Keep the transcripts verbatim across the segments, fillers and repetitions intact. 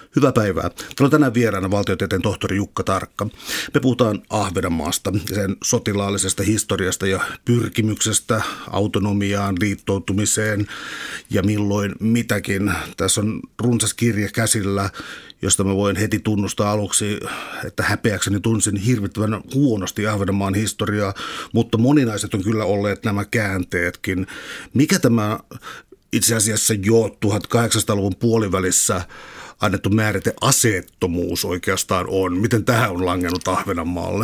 Hyvää päivää. Täällä on tänään vieraana valtiotieteen tohtori Jukka Tarkka. Me puhutaan Ahvenanmaasta, sen sotilaallisesta historiasta ja pyrkimyksestä autonomiaan, liittoutumiseen ja milloin mitäkin. Tässä on runsas kirja käsillä, josta mä voin heti tunnustaa aluksi, että häpeäkseni tunsin hirvittävän huonosti Ahvenanmaan historiaa, mutta moninaiset on kyllä olleet nämä käänteetkin. Mikä tämä itse asiassa jo tuhatkahdeksansataaluvun puolivälissä annettu määrite aseettomuus oikeastaan on? Miten tähän on langennut Ahvenanmaalle?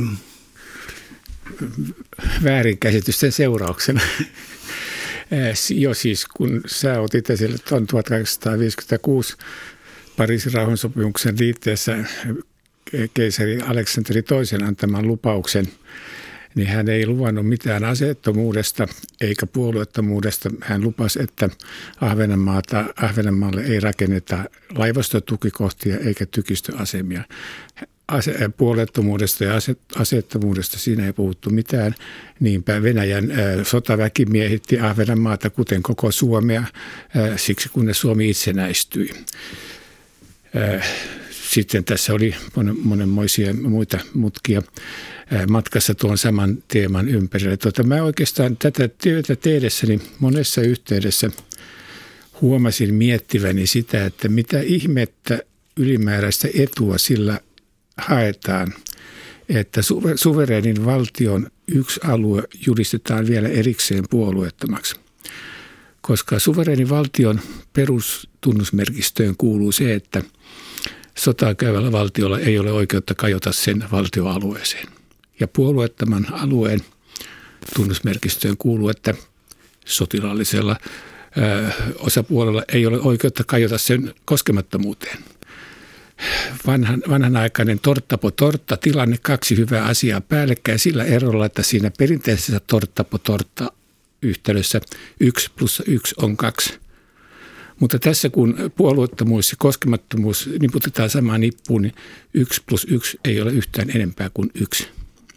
Väärinkäsitysten seurauksena. Jo siis kun sä otit esille tuon tuhatkahdeksansataaviisikymmentäkuusi Pariisin rauhansopimuksen liitteessä keisari Aleksanteri toisen antaman lupauksen, niin hän ei luvannut mitään aseettomuudesta eikä puolueettomuudesta. Hän lupasi, että Ahvenanmaata, Ahvenanmaalle ei rakenneta laivastotukikohtia eikä tykistöasemia. Ase, puolueettomuudesta ja ase, aseettomuudesta siinä ei puhuttu mitään. Niinpä Venäjän ä, sotaväki miehitti Ahvenanmaata, kuten koko Suomea, ä, siksi kunnes Suomi itsenäistyi. Ä, sitten tässä oli monen, monenmoisia muita mutkia matkassa tuon saman teeman ympärillä. Tuota, mä oikeastaan tätä työtä tehdessäni monessa yhteydessä huomasin miettiväni sitä, että mitä ihmettä ylimääräistä etua sillä haetaan, että suvereenin valtion yksi alue julistetaan vielä erikseen puolueettomaksi. Koska suvereenin valtion perustunnusmerkistöön kuuluu se, että sotaa käyvällä valtiolla ei ole oikeutta kajota sen valtioalueeseen. Ja puolueettoman alueen tunnusmerkistöön kuuluu, että sotilaallisella ö, osapuolella ei ole oikeutta kajota sen koskemattomuuteen. Vanhan, vanhanaikainen torttapo tortta tilanne, kaksi hyvää asiaa päällekkäin sillä erolla, että siinä perinteisessä torttapo tortta yhtälössä yksi plus yksi on kaksi. Mutta tässä kun puolueettomuus ja koskemattomuus niputetaan samaan nippuun, niin yksi plus yksi ei ole yhtään enempää kuin yksi.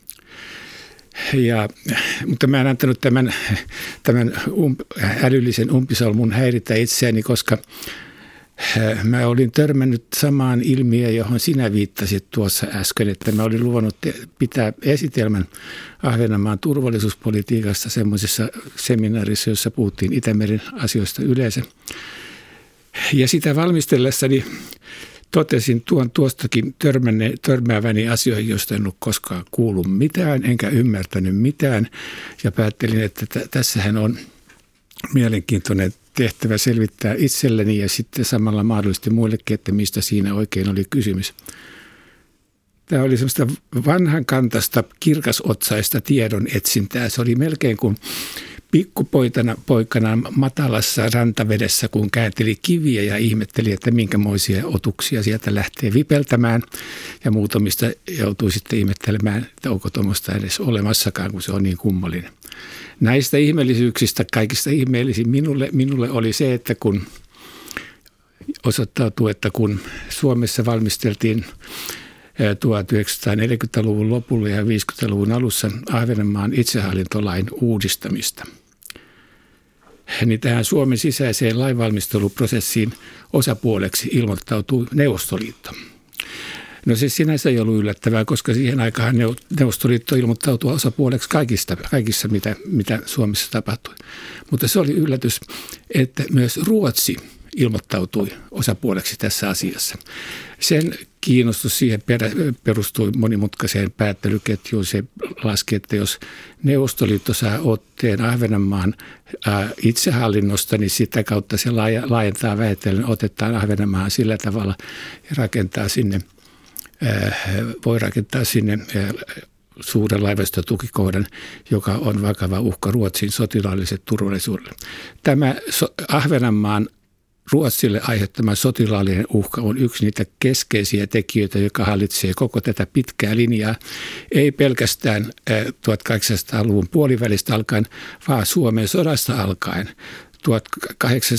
Ja, mutta mä en antanut tämän, tämän ump, älyllisen umpisolmun häiritä itseäni, koska mä olin törmännyt samaan ilmiöön, johon sinä viittasit tuossa äsken, että mä olin luvannut pitää esitelmän Ahvenanmaan turvallisuuspolitiikasta semmoisessa seminaarissa, jossa puhuttiin Itämeren asioista yleensä. Ja sitä valmistellessani totesin tuon tuostakin törmääväni asioihin, joista en ole koskaan kuullut mitään, enkä ymmärtänyt mitään. Ja päättelin, että t- tässähän on mielenkiintoinen tehtävä selvittää itselleni ja sitten samalla mahdollisesti muillekin, että mistä siinä oikein oli kysymys. Tämä oli semmoista vanhankantaista, kirkasotsaista tiedon etsintää. Se oli melkein kuin pikkupoikana poikana matalassa rantavedessä, kun käänteli kiviä ja ihmetteli, että minkämoisia otuksia sieltä lähtee vipeltämään. Ja muutamista joutui sitten ihmettelemään, että onko tuommoista edes olemassakaan, kun se on niin kummallinen. Näistä ihmeellisyyksistä kaikista ihmeellisin minulle, minulle oli se, että kun osoittautui, että kun Suomessa valmisteltiin tuhatyhdeksänsataaneljäkymmentäluvun lopulla ja viisikymmentäluvun alussa Ahvenanmaan itsehallintolain uudistamista, niin tähän Suomen sisäiseen lainvalmisteluprosessiin osapuoleksi ilmoittautui Neuvostoliitto. No se sinänsä ei ollut yllättävää, koska siihen aikaan Neuvostoliitto ilmoittautui osapuoleksi kaikista, kaikissa, mitä, mitä Suomessa tapahtui. Mutta se oli yllätys, että myös Ruotsi ilmoittautui osapuoleksi tässä asiassa. Sen kiinnostus siihen perustui monimutkaiseen päättelyketjuun. Se laski, että jos Neuvostoliitto saa otteen Ahvenanmaan itsehallinnosta, niin sitä kautta se laajentaa vähitellen otetaan Ahvenanmaan sillä tavalla ja rakentaa sinne, voi rakentaa sinne suuren laivastotukikohdan, joka on vakava uhka Ruotsin sotilaalliselle turvallisuudelle. Tämä Ahvenanmaan Ruotsille aiheuttama sotilaallinen uhka on yksi niitä keskeisiä tekijöitä, joka hallitsee koko tätä pitkää linjaa. Ei pelkästään tuhatkahdeksansataaluvun puolivälistä alkaen, vaan Suomen sodasta alkaen.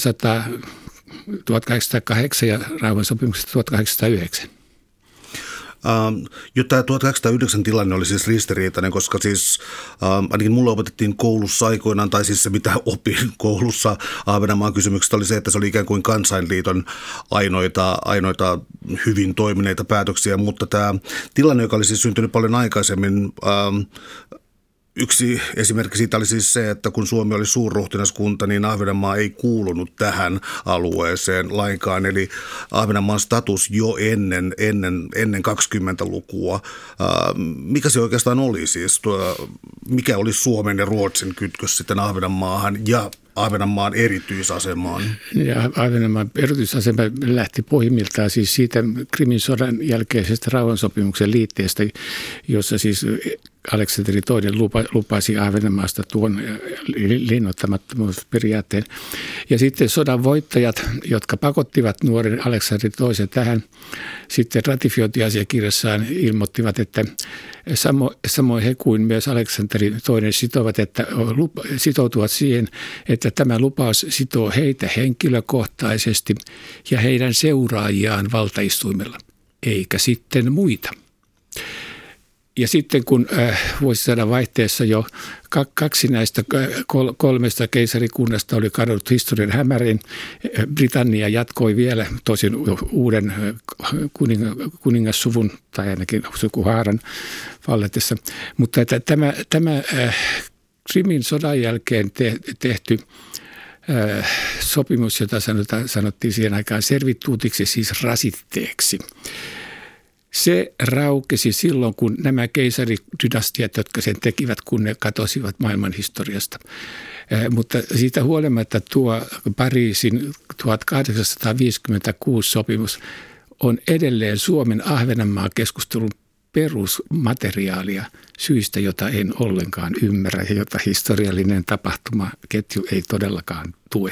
tuhatkahdeksansataakahdeksan ja rauhansopimuksesta tuhatkahdeksansataayhdeksän. Ähm, jo tämä tuhatkahdeksansataayhdeksän tilanne oli siis ristiriitainen, koska siis ähm, ainakin mulle opetettiin koulussa aikoinaan, tai siis se mitä opin koulussa Ahvenanmaan kysymyksestä oli se, että se oli ikään kuin Kansainliiton ainoita, ainoita hyvin toimineita päätöksiä, mutta tämä tilanne, joka oli siis syntynyt paljon aikaisemmin, ähm, yksi esimerkki siitä oli siis se, että kun Suomi oli suurruhtinaskunta, niin Ahvenanmaa ei kuulunut tähän alueeseen lainkaan. Eli Ahvenanmaan status jo ennen, ennen, ennen kaksikymmentälukua. Mikä se oikeastaan oli siis? Mikä oli Suomen ja Ruotsin kytkös sitten Ahvenanmaahan ja Ahvenanmaan erityisasemaan? Ja Ahvenanmaan erityisasema lähti pohjimmiltaan siis siitä Krimin sodan jälkeisestä rauhansopimuksen liitteestä, jossa siis Aleksanteri toinen lupasi Ahvenanmaasta tuon linnoittamattomuusperiaatteen. Ja sitten sodan voittajat, jotka pakottivat nuoren Aleksanteri toisen tähän, sitten ratifiointiasiakirjassaan ilmoittivat, että samo, samoin he kuin myös Aleksanteri toinen sitovat, että sitoutuvat siihen, että tämä lupaus sitoo heitä henkilökohtaisesti ja heidän seuraajiaan valtaistuimella, eikä sitten muita. Ja sitten kun äh, vuosisadan vaihteessa jo kaksi näistä kol- kolmesta keisarikunnasta oli kadonnut historian hämäriin, Britannia jatkoi vielä tosin uuden kuning- kuningassuvun tai ainakin sukuhaaran valletessa. Mutta että tämä, tämä äh, Krimin sodan jälkeen te- tehty äh, sopimus, jota sanotaan, sanottiin siihen aikaan servituutiksi, siis rasitteeksi. Se raukesi silloin, kun nämä keisaridynastiat, jotka sen tekivät, kun ne katosivat maailman historiasta. Eh, mutta siitä huolimatta tuo Pariisin tuhatkahdeksansataaviisikymmentäkuusi sopimus on edelleen Suomen Ahvenanmaa-keskustelun perusmateriaalia syistä, jota en ollenkaan ymmärrä ja jota historiallinen tapahtumaketju ei todellakaan tue.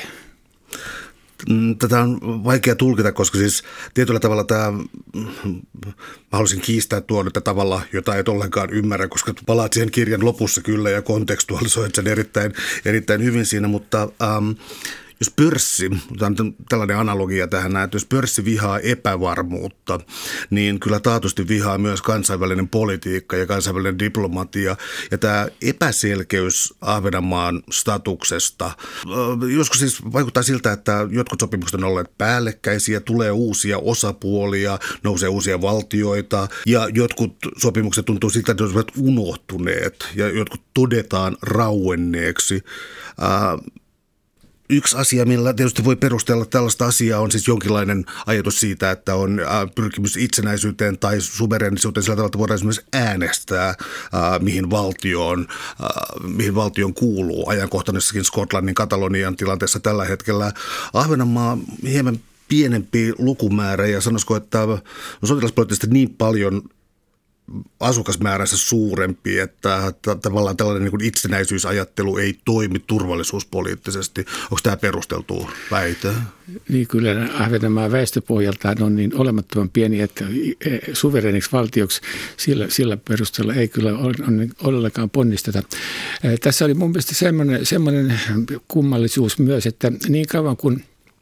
Tätä on vaikea tulkita, koska siis tietyllä tavalla tämä, mä haluaisin kiistää tuon että tavalla, jota et ollenkaan ymmärrä, koska palaat siihen kirjan lopussa kyllä ja kontekstualisoit sen erittäin, erittäin hyvin siinä, mutta ähm, jos pörssi, tämä on tällainen analogia tähän, että jos pörssi vihaa epävarmuutta, niin kyllä taatusti vihaa myös kansainvälinen politiikka ja kansainvälinen diplomatia. Ja tämä epäselkeys Ahvenanmaan statuksesta, joskus siis vaikuttaa siltä, että jotkut sopimukset on olleet päällekkäisiä, tulee uusia osapuolia, nousee uusia valtioita ja jotkut sopimukset tuntuu siltä, että ne ovat unohtuneet ja jotkut todetaan rauenneeksi. Yksi asia, millä tietysti voi perustella tällaista asiaa, on siis jonkinlainen ajatus siitä, että on pyrkimys itsenäisyyteen tai suvereenisuuteen sillä tavalla, että voidaan esimerkiksi äänestää, mihin valtioon, mihin valtion kuuluu ajankohtaisessakin Skotlannin Katalonian tilanteessa tällä hetkellä. Ahvenanmaa hieman pienempi lukumäärä ja sanoisiko, että no, sotilaspoliittisesti niin paljon asukasmääränsä suurempi, että tavallaan tällainen niin kuin itsenäisyysajattelu ei toimi turvallisuuspoliittisesti. Onko tämä perusteltu väite? Niin kyllä Ahvenanmaan väestöpohjaltaan on niin olemattoman pieni, että suvereeniksi valtioksi sillä, sillä perusteella ei kyllä ollenkaan ponnisteta. Tässä oli mun mielestä semmoinen, semmoinen kummallisuus myös, että niin kauan kuin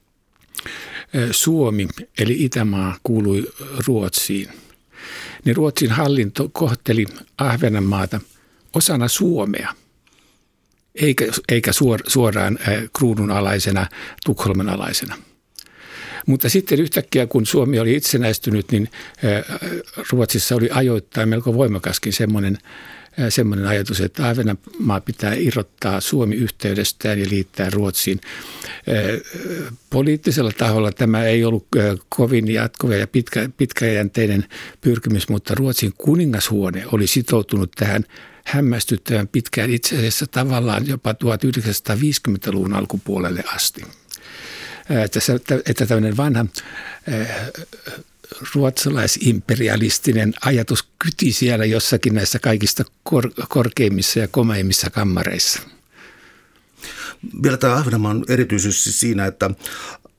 Suomi eli Itämaa kuului Ruotsiin, niin Ruotsin hallinto kohteli Ahvenanmaata osana Suomea, eikä, eikä suor, suoraan äh, kruunun alaisena, Tukholman alaisena. Mutta sitten yhtäkkiä, kun Suomi oli itsenäistynyt, niin äh, Ruotsissa oli ajoittain melko voimakaskin semmoinen, äh, semmoinen ajatus, että Ahvenanmaa pitää irrottaa Suomi yhteydestään ja liittää Ruotsiin. Äh, poliittisella taholla tämä ei ollut äh, kovin jatkova ja pitkä, pitkäjänteinen pyrkimys, mutta Ruotsin kuningashuone oli sitoutunut tähän hämmästyttävän pitkään, itse asiassa tavallaan jopa tuhatyhdeksänsataaviisikymmentäluvun alkupuolelle asti. Äh, että tämmöinen vanha äh, ruotsalais-imperialistinen ajatus kyti siellä jossakin näissä kaikista kor- korkeimmissa ja komeimmissa kammareissa. Vielä tämä Ahvenanmaan erityisyys siinä, että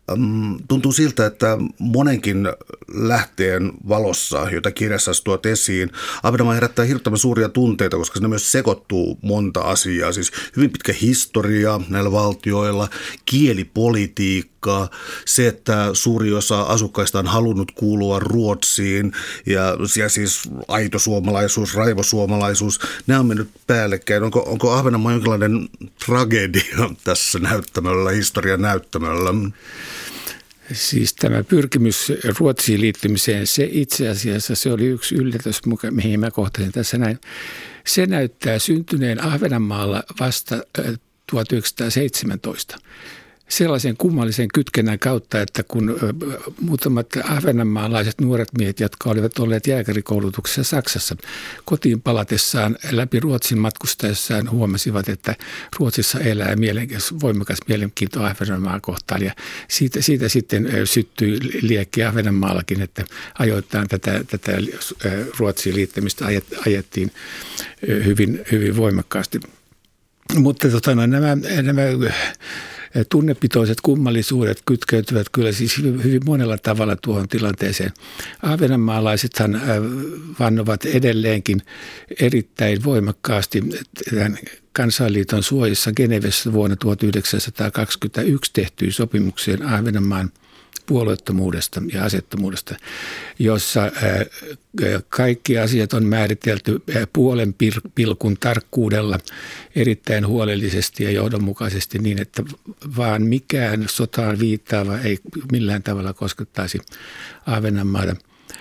Tuntuu siltä, että monenkin lähteen valossa, jota kirjassa tuot esiin, Ahvenanmaa herättää hirveän suuria tunteita, koska siinä myös sekoittuu monta asiaa. Siis hyvin pitkä historia näillä valtioilla, kielipolitiikka, se, että suuri osa asukkaista on halunnut kuulua Ruotsiin ja, ja siis aito suomalaisuus, raivosuomalaisuus, nämä on mennyt päällekkäin. Onko, onko Ahvenanmaa jonkinlainen tragedia tässä näyttämöllä, historian näyttämöllä? Siis tämä pyrkimys Ruotsiin liittymiseen, se itse asiassa se oli yksi yllätys, mihin mä kohtasin tässä näin. Se näyttää syntyneen Ahvenanmaalla vasta tuhatyhdeksänsataaseitsemäntoista. Sellaisen kummallisen kytkennän kautta, että kun muutamat ahvenanmaalaiset nuoret miehet, jotka olivat olleet jääkärikoulutuksessa Saksassa, kotiin palatessaan läpi Ruotsin matkustaessaan huomasivat, että Ruotsissa elää mielenkiintoinen, voimakas mielenkiinto Ahvenanmaa kohtaan. Ja siitä, siitä sitten syttyi liekki Ahvenanmaallakin, että ajoittain tätä, tätä Ruotsiin liittämistä ajettiin hyvin, hyvin voimakkaasti. Mutta tota, no, nämä... nämä tunnepitoiset kummallisuudet kytkeytyvät kyllä siis hyvin, hyvin monella tavalla tuohon tilanteeseen. Ahvenanmaalaisethan vannovat edelleenkin erittäin voimakkaasti tämän Kansainliiton suojissa Genevessä vuonna tuhatyhdeksänsataakaksikymmentäyksi tehtyyn sopimukseen Ahvenanmaan puolueettomuudesta ja asettomuudesta, jossa kaikki asiat on määritelty puolen pilkun tarkkuudella erittäin huolellisesti ja johdonmukaisesti niin, että vaan mikään sotaan viittaava ei millään tavalla koskettaisi Ahvenanmaata.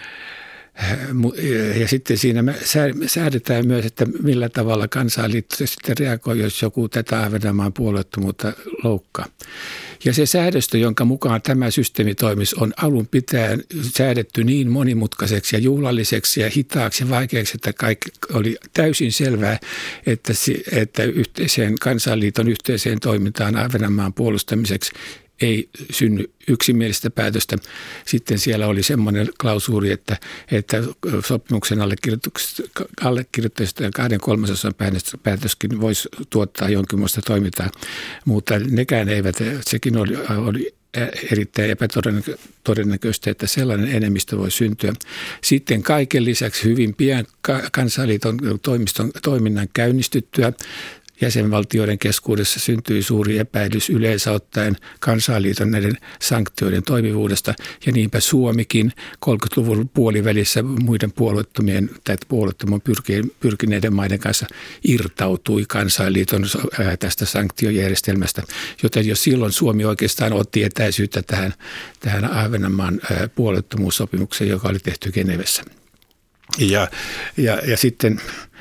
Ja sitten siinä säädetään myös, että millä tavalla Kansainliitto sitten reagoi, jos joku tätä Ahvenanmaan puolueettomuutta loukkaa. Ja se säädöstö, jonka mukaan tämä systeemi toimisi, on alun pitäen säädetty niin monimutkaiseksi ja juhlalliseksi ja hitaaksi ja vaikeaksi, että kaikki oli täysin selvää, että, että yhteiseen Kansainliiton yhteiseen toimintaan Ahvenanmaan puolustamiseksi ei synny yksimielistä päätöstä. Sitten siellä oli semmoinen klausuuri, että, että sopimuksen allekirjoittajista ja kahden kolmasosan päätöskin voisi tuottaa jonkinlaista toimintaa, mutta nekään eivät, sekin oli, oli erittäin epätodennäköistä, että sellainen enemmistö voi syntyä. Sitten kaiken lisäksi hyvin pian Kansainliiton toimiston toiminnan käynnistyttyä jäsenvaltioiden keskuudessa syntyi suuri epäilys yleensä ottaen Kansainliiton näiden sanktioiden toimivuudesta. Ja niinpä Suomikin kolmekymmentäluvun puolivälissä muiden puolueettomien tai puolueettoman pyrkineiden maiden kanssa irtautui Kansainliiton tästä sanktiojärjestelmästä. Joten jo silloin Suomi oikeastaan otti etäisyyttä tähän, tähän Ahvenanmaan puolueettomuussopimukseen, joka oli tehty Genevessä. Ja, ja, ja sitten...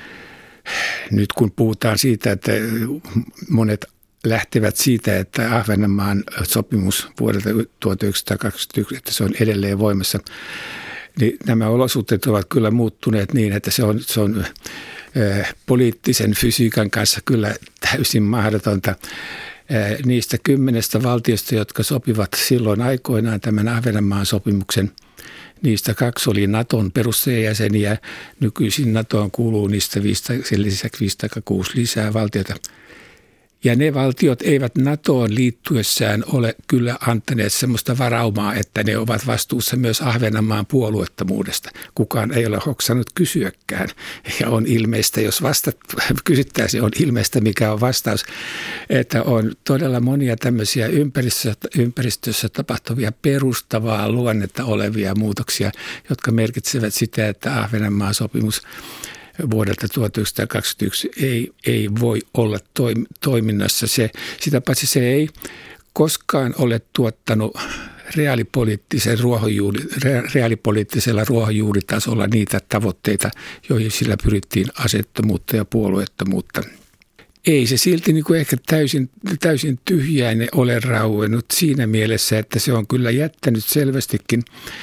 Nyt kun puhutaan siitä, että monet lähtevät siitä, että Ahvenanmaan sopimus vuodelta tuhatyhdeksänsataakaksikymmentäyksi, että se on edelleen voimassa, niin nämä olosuhteet ovat kyllä muuttuneet niin, että se on, se on äh, poliittisen fysiikan kanssa kyllä täysin mahdotonta. Äh, niistä kymmenestä valtiosta, jotka sopivat silloin aikoinaan tämän Ahvenanmaan sopimuksen, niistä kaksi oli Naton perustajajäseniä. Nykyisin NATOon kuuluu niistä viisi, sen lisäksi viisi tai kuusi lisää valtiota. Ja ne valtiot eivät NATOon liittyessään ole kyllä antaneet sellaista varaumaa, että ne ovat vastuussa myös Ahvenanmaan puolueettomuudesta. Kukaan ei ole hoksannut kysyäkään. Ja on ilmeistä, jos vasta kysyttäisiin, on ilmeistä, mikä on vastaus, että on todella monia tämmöisiä ympäristössä, ympäristössä tapahtuvia perustavaa luonnetta olevia muutoksia, jotka merkitsevät sitä, että Ahvenanmaan sopimus vuodelta tuhatyhdeksänsataakaksikymmentäyksi ei, ei voi olla toim, toiminnassa. Se, sitä paitsi se ei koskaan ole tuottanut reaalipoliittisen ruohonjuuri, reaalipoliittisella ruohonjuuritasolla niitä tavoitteita, joihin sillä pyrittiin asettomuutta ja puolueettomuutta. Ei se silti niin kuin ehkä täysin, täysin tyhjäinen ole rauennut siinä mielessä, että se on kyllä jättänyt selvästikin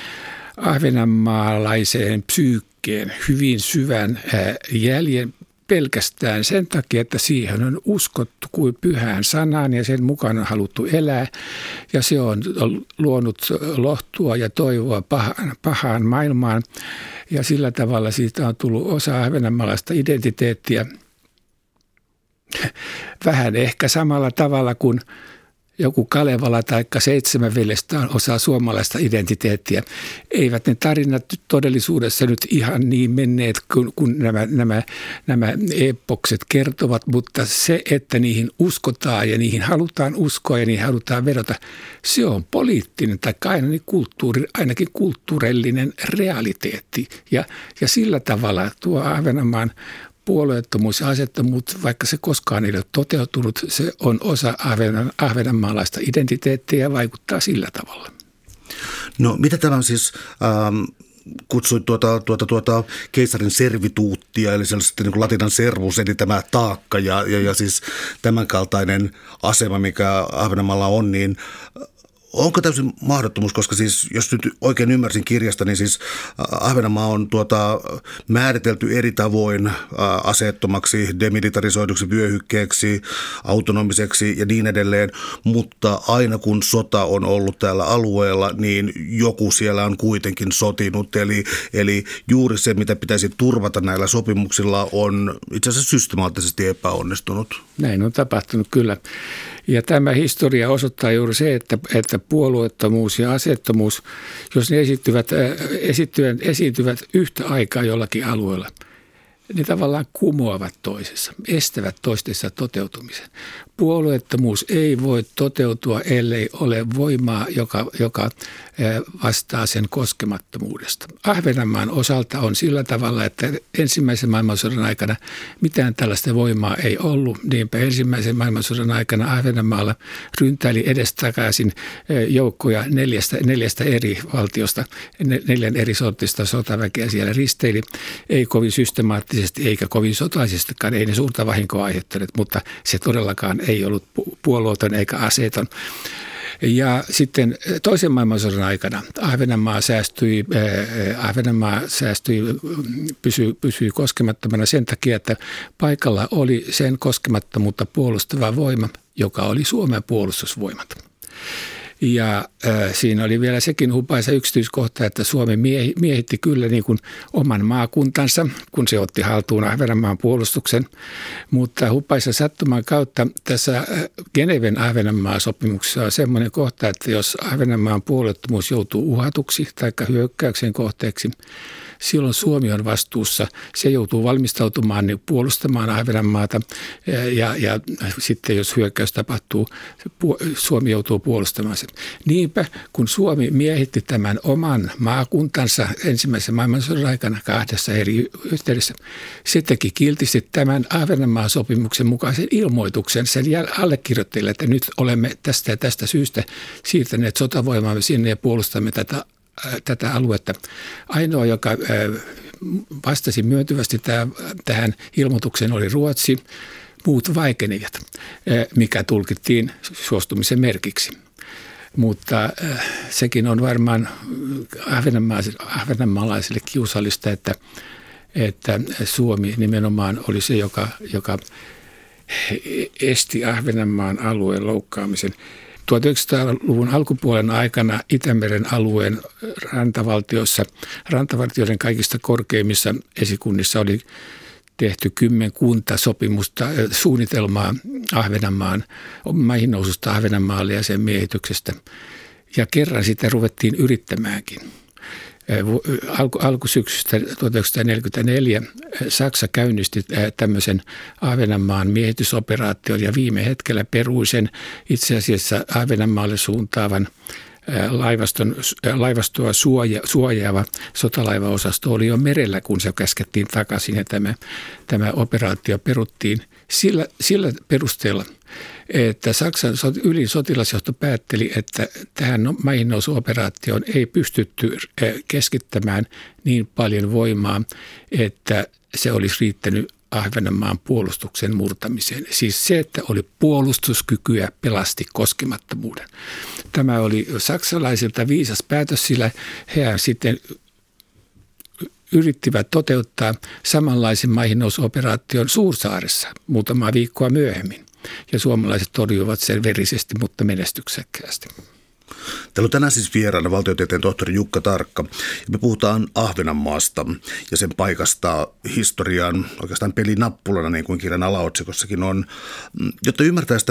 ahvenanmaalaiseen psyykkiin hyvin syvän jäljen pelkästään sen takia, että siihen on uskottu kuin pyhään sanaan ja sen mukaan on haluttu elää. Ja se on luonut lohtua ja toivoa pahaan, pahaan maailmaan ja sillä tavalla siitä on tullut osa ahvenanmaalaista identiteettiä. Vähän ehkä samalla tavalla kuin joku Kalevala tai Seitsemän veljestä on osa suomalaista identiteettiä. Eivät ne tarinat todellisuudessa nyt ihan niin menneet, kun, kun nämä, nämä, nämä epokset kertovat, mutta se, että niihin uskotaan ja niihin halutaan uskoa ja niihin halutaan vedota, se on poliittinen tai ainakin, kulttuuri, ainakin kulttuurillinen realiteetti. Ja, ja sillä tavalla tuo Ahvenanmaan puolueettomuus ja asettomuus, vaikka se koskaan ei ole toteutunut, se on osa ahvenan, ahvenanmaalaista identiteettiä ja vaikuttaa sillä tavalla. No mitä tämä siis, ähm, kutsuit tuota, tuota, tuota keisarin servituuttia, eli sellaista niin kuin latinan servus, eli tämä taakka ja, ja, ja siis tämän kaltainen asema, mikä Ahvenanmaalla on, niin onko täysin mahdottomuus, koska siis jos nyt oikein ymmärsin kirjasta, niin siis Ahvenanmaa on tuota määritelty eri tavoin aseettomaksi, demilitarisoiduksi vyöhykkeeksi, autonomiseksi ja niin edelleen, mutta aina kun sota on ollut täällä alueella, niin joku siellä on kuitenkin sotinut, eli, eli juuri se, mitä pitäisi turvata näillä sopimuksilla, on itse asiassa systemaattisesti epäonnistunut. Näin on tapahtunut kyllä. Ja tämä historia osoittaa juuri se, että, että puolueettomuus ja aseettomuus, jos ne esiintyvät, esiintyvät, esiintyvät yhtä aikaa jollakin alueella, ne tavallaan kumoavat toisessa, estävät toistensa toteutumisen. Puolueettomuus ei voi toteutua, ellei ole voimaa, joka, joka vastaa sen koskemattomuudesta. Ahvenanmaan osalta on sillä tavalla, että ensimmäisen maailmansodan aikana mitään tällaista voimaa ei ollut. Niinpä ensimmäisen maailmansodan aikana Ahvenanmaalla ryntäili edestakaisin joukkoja neljästä, neljästä eri valtiosta, neljän eri sortista sotaväkeä siellä risteili. Ei kovin systemaattisesti eikä kovin sotaisestikaan, ei ne suurta vahinkoa aiheuttaneet, mutta se todellakaan ei ollut puolueeton eikä aseeton. Ja sitten toisen maailmansodan aikana Ahvenanmaa säästyi, äh, Ahvenanmaa säästyi pysyi, pysyi koskemattomana sen takia, että paikalla oli sen koskemattomuutta puolustava voima, joka oli Suomen puolustusvoimat. Ja äh, siinä oli vielä sekin hupaisa yksityiskohta, että Suomi miehi, miehitti kyllä niin kuin oman maakuntansa, kun se otti haltuun Ahvenanmaan puolustuksen. Mutta hupaisa sattuman kautta tässä Geneven Ahvenanmaa-sopimuksessa on semmoinen kohta, että jos Ahvenanmaan puolueettomuus joutuu uhatuksi tai hyökkäyksen kohteeksi, silloin Suomi on vastuussa. Se joutuu valmistautumaan niin puolustamaan Ahvenanmaata ja, ja sitten jos hyökkäys tapahtuu, Suomi joutuu puolustamaan sen. Niinpä kun Suomi miehitti tämän oman maakuntansa ensimmäisen maailmansodan aikana kahdessa eri yhteydessä, se teki kiltisti tämän Ahvenanmaan sopimuksen mukaisen ilmoituksen sen allekirjoittajille, että nyt olemme tästä ja tästä syystä siirtäneet sotavoimaamme sinne ja puolustamme tätä tätä aluetta. Ainoa, joka vastasi myöntyvästi tähän ilmoitukseen, oli Ruotsi. Muut vaikenivat, mikä tulkittiin suostumisen merkiksi. Mutta sekin on varmaan ahvenanmaalaisille kiusallista, että, että Suomi nimenomaan oli se, joka, joka esti Ahvenanmaan alueen loukkaamisen. tuhatyhdeksänsataaluvun alkupuolen aikana Itämeren alueen rantavaltioissa, rantavaltioiden kaikista korkeimmissa esikunnissa oli tehty kymmenkunta sopimusta, suunnitelmaa Ahvenanmaan, maihin noususta Ahvenanmaalle ja sen miehityksestä. Ja kerran sitä ruvettiin yrittämäänkin. Alku, alkusyksystä tuhatyhdeksänsataaneljäkymmentäneljä Saksa käynnisti tämmöisen Ahvenanmaan miehitysoperaation ja viime hetkellä perui sen itse asiassa Ahvenanmaalle suuntaavan laivaston, laivastoa suoja, suojaava sotalaivaosasto oli jo merellä, kun se käskettiin takaisin ja tämä, tämä operaatio peruttiin sillä, sillä perusteella, että Saksan ylin sotilasjohto päätteli, että tähän maihinnousuoperaatioon ei pystytty keskittämään niin paljon voimaa, että se olisi riittänyt Ahvenanmaan puolustuksen murtamiseen. Siis se, että oli puolustuskykyä, pelasti koskemattomuuden. Tämä oli saksalaisilta viisas päätös, sillä he sitten yrittivät toteuttaa samanlaisen maihinnousuoperaation Suursaaressa muutama viikkoa myöhemmin. Ja suomalaiset torjuivat sen verisesti, mutta menestyksekkäästi. Täällä on tänään siis vieraana valtiotieteen tohtori Jukka Tarkka. Me puhutaan Ahvenanmaasta ja sen paikasta historiaan oikeastaan pelinappulana, niin kuin kirjan alaotsikossakin on. Jotta ymmärtäisi tämän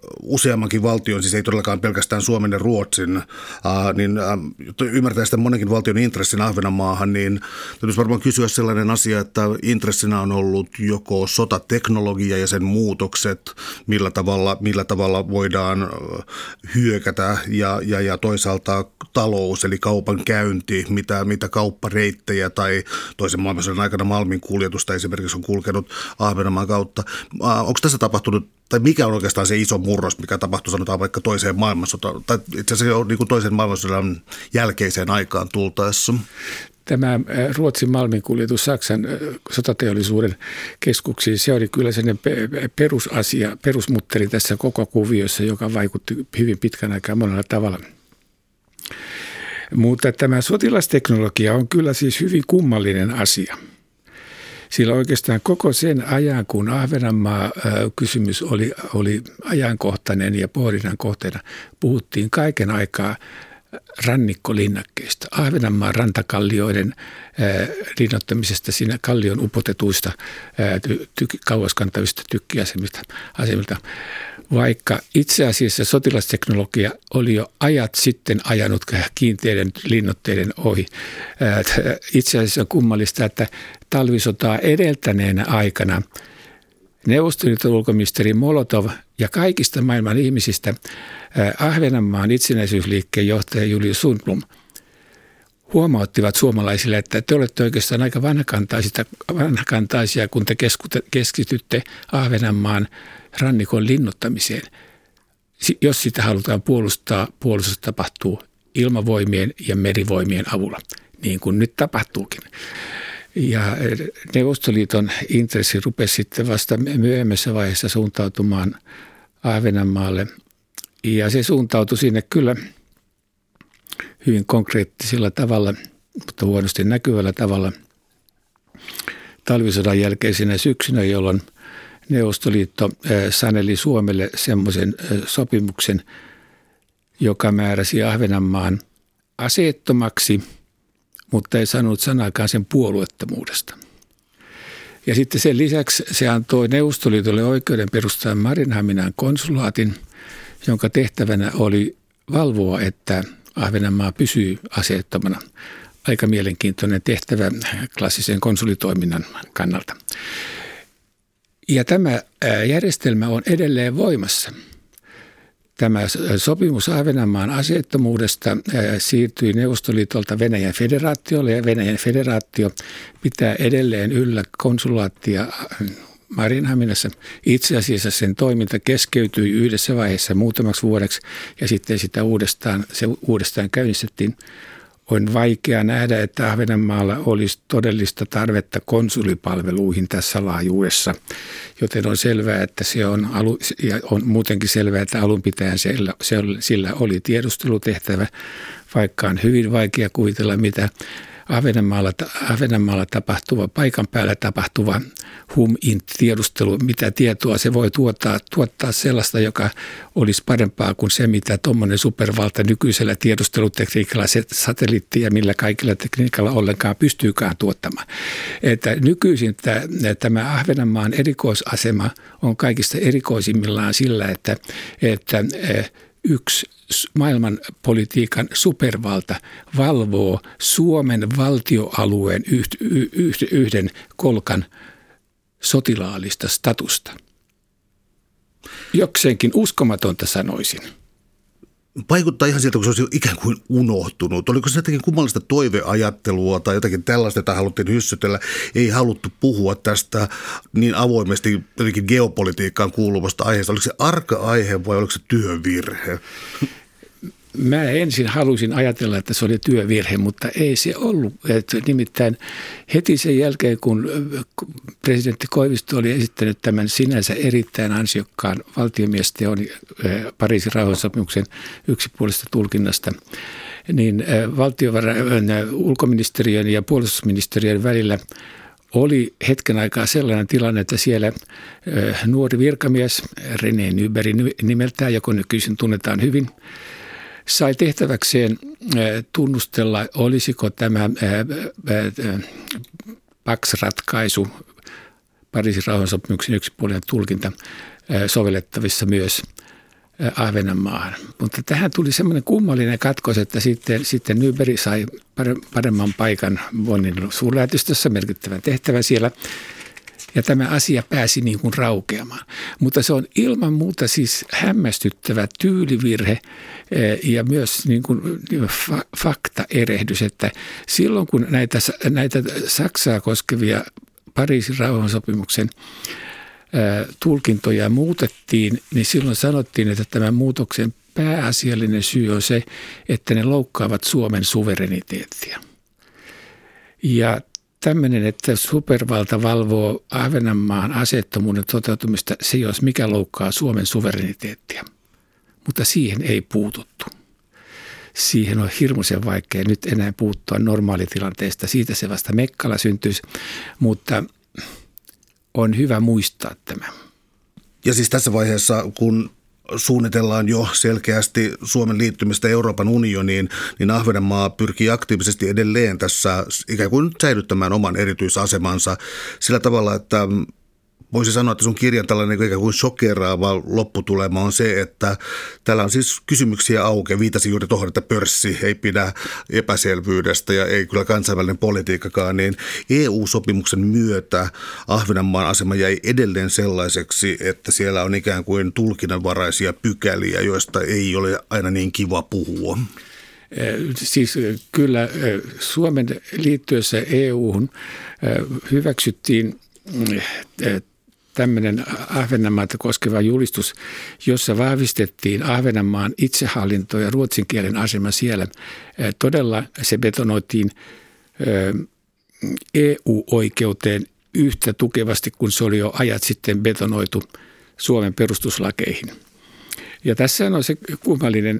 useammankin valtion, siis ei todellakaan pelkästään Suomen ja Ruotsin, ää, niin ää, ymmärtää sitä monenkin valtion intressin Ahvenanmaahan, niin täytyisi varmaan kysyä sellainen asia, että intressinä on ollut joko sotateknologia ja sen muutokset, millä tavalla, millä tavalla voidaan hyökätä ja, ja, ja toisaalta talous eli kaupan käynti, mitä, mitä kauppareittejä tai toisen maailmansodan aikana Malmin kuljetusta esimerkiksi on kulkenut Ahvenanmaan kautta. Onko tässä tapahtunut, tai mikä on oikeastaan se iso murros, mikä tapahtui sanotaan vaikka toiseen maailmansotaan, tai itse asiassa jo niin kuin toisen maailmansodan jälkeiseen aikaan tultaessa? Tämä Ruotsin Malmin kuljetus Saksan sotateollisuuden keskuksiin, se oli kyllä sellainen perusasia, perusmutteri tässä koko kuviossa, joka vaikutti hyvin pitkän aikaa monella tavalla. Mutta tämä sotilasteknologia on kyllä siis hyvin kummallinen asia. Sillä oikeastaan koko sen ajan, kun Ahvenanmaa kysymys oli, oli ajankohtainen ja pohdinnan kohteena, puhuttiin kaiken aikaa rannikkolinnakkeista, Ahvenanmaan rantakallioiden linnoittamisesta, siinä kallion upotetuista ty- kauaskantavista tykkiasemilta, asemilta, vaikka itse asiassa sotilasteknologia oli jo ajat sitten ajanut kiinteiden linnoitteiden ohi. Itse asiassa on kummallista, että talvisotaa edeltäneenä aikana Neuvostoliiton ulkoministeri Molotov ja kaikista maailman ihmisistä Ahvenanmaan itsenäisyysliikkeen johtaja Julius Sundblom huomauttivat suomalaisille, että te olette oikeastaan aika vanhakantaisia, kun te keskitytte Ahvenanmaan rannikon linnoittamiseen. Jos sitä halutaan puolustaa, puolustus tapahtuu ilmavoimien ja merivoimien avulla, niin kuin nyt tapahtuukin. Ja Neuvostoliiton intressi rupesi sitten vasta myöhemmässä vaiheessa suuntautumaan Ahvenanmaalle. Ja se suuntautui sinne kyllä hyvin konkreettisella tavalla, mutta huonosti näkyvällä tavalla talvisodan jälkeisenä syksynä, jolloin Neuvostoliitto saneli Suomelle semmoisen sopimuksen, joka määräsi Ahvenanmaan aseettomaksi, mutta ei sanonut sanaakaan sen puolueettomuudesta. Ja sitten sen lisäksi se antoi Neuvostoliitolle oikeuden perustaa Marinhaminan konsulaatin, jonka tehtävänä oli valvoa, että Ahvenanmaa pysyy aseettomana. Aika mielenkiintoinen tehtävä klassisen konsulitoiminnan kannalta. Ja tämä järjestelmä on edelleen voimassa. Tämä sopimus Ahvenanmaan aseettomuudesta siirtyi Neuvostoliitolta Venäjän federaatiolle ja Venäjän federaatio pitää edelleen yllä konsulaattia Marinhaminassa. Itse asiassa sen toiminta keskeytyi yhdessä vaiheessa muutamaksi vuodeksi ja sitten sitä uudestaan, se uudestaan käynnistettiin. On vaikea nähdä, että Ahvenanmaalla olisi todellista tarvetta konsulipalveluihin tässä laajuudessa, joten on selvää, että se on, alu, ja on muutenkin selvää, että alun pitäen sillä, sillä oli tiedustelutehtävä, vaikka on hyvin vaikea kuvitella, mitä Ahvenanmaalla, Ahvenanmaalla tapahtuva, paikan päällä tapahtuva hum-int-tiedustelu, mitä tietoa se voi tuottaa, tuottaa sellaista, joka olisi parempaa kuin se, mitä tuommoinen supervalta nykyisellä tiedustelutekniikalla, se satelliitti ja millä kaikilla tekniikalla ollenkaan pystyykään tuottamaan. Että nykyisin tämä Ahvenanmaan erikoisasema on kaikista erikoisimmillaan sillä, että, että yksi maailman politiikan supervalta valvoo Suomen valtioalueen yhden kolkan sotilaallista statusta. Jokseenkin uskomatonta sanoisin. Vaikuttaa ihan siltä, kun se olisi ikään kuin unohtunut. Oliko se jotenkin kummallista toiveajattelua tai jotakin tällaista, jota haluttiin hyssytellä? Ei haluttu puhua tästä niin avoimesti jotenkin geopolitiikkaan kuuluvasta aiheesta. Oliko se arka aihe vai oliko se työvirhe? Mä ensin halusin ajatella, että se oli työvirhe, mutta ei se ollut. Että nimittäin heti sen jälkeen, kun presidentti Koivisto oli esittänyt tämän sinänsä erittäin ansiokkaan valtiomiesten Pariisin rauhansopimuksen yksipuolista tulkinnasta, niin valtiovarain, ulkoministeriön ja puolustusministeriön välillä oli hetken aikaa sellainen tilanne, että siellä nuori virkamies, René Nyberg nimeltään, joka nykyisin tunnetaan hyvin, sai tehtäväkseen tunnustella, olisiko tämä Pax-ratkaisu, Pariisin rauhansopimuksen yksipuolinen tulkinta, sovellettavissa myös Ahvenanmaahan. Mutta tähän tuli semmoinen kummallinen katkos, että sitten, sitten Nyberg sai paremman paikan Bonnin suurlähetystössä, merkittävän tehtävän siellä. Ja tämä asia pääsi niin kuin raukeamaan. Mutta se on ilman muuta siis hämmästyttävä tyylivirhe ja myös niin kuin faktaerehdys, että silloin kun näitä, näitä Saksaa koskevia Pariisin rauhansopimuksen tulkintoja muutettiin, niin silloin sanottiin, että tämän muutoksen pääasiallinen syy on se, että ne loukkaavat Suomen suvereniteettia. Ja tämmöinen, että supervalta valvoo Ahvenanmaan aseettomuuden toteutumista, se jos mikä loukkaa Suomen suvereniteettia. Mutta siihen ei puututtu. Siihen on hirmuisen vaikea nyt enää puuttua normaalitilanteesta. Siitä se vasta mekkala syntyisi, mutta on hyvä muistaa tämä. Ja siis tässä vaiheessa, kun suunnitellaan jo selkeästi Suomen liittymistä Euroopan unioniin, niin Ahvenanmaa pyrkii aktiivisesti edelleen tässä ikään kuin säilyttämään oman erityisasemansa sillä tavalla, että voisi sanoa, että sun kirjan tällainen ikään kuin shokeraava lopputulema on se, että täällä on siis kysymyksiä auki. Viitasin juuri tuohon, että pörssi ei pidä epäselvyydestä ja ei kyllä kansainvälinen politiikkakaan, niin E U-sopimuksen myötä Ahvenanmaan asema jäi edelleen sellaiseksi, että siellä on ikään kuin tulkinnanvaraisia pykäliä, joista ei ole aina niin kiva puhua. Siis kyllä Suomen liittyessä E U:hun hyväksyttiin tämmöinen Ahvenanmaata koskeva julistus, jossa vahvistettiin Ahvenanmaan itsehallinto ja ruotsin kielen asema siellä. Todella se betonoitiin E U-oikeuteen yhtä tukevasti, kun se oli jo ajat sitten betonoitu Suomen perustuslakeihin. Ja tässä on se kummallinen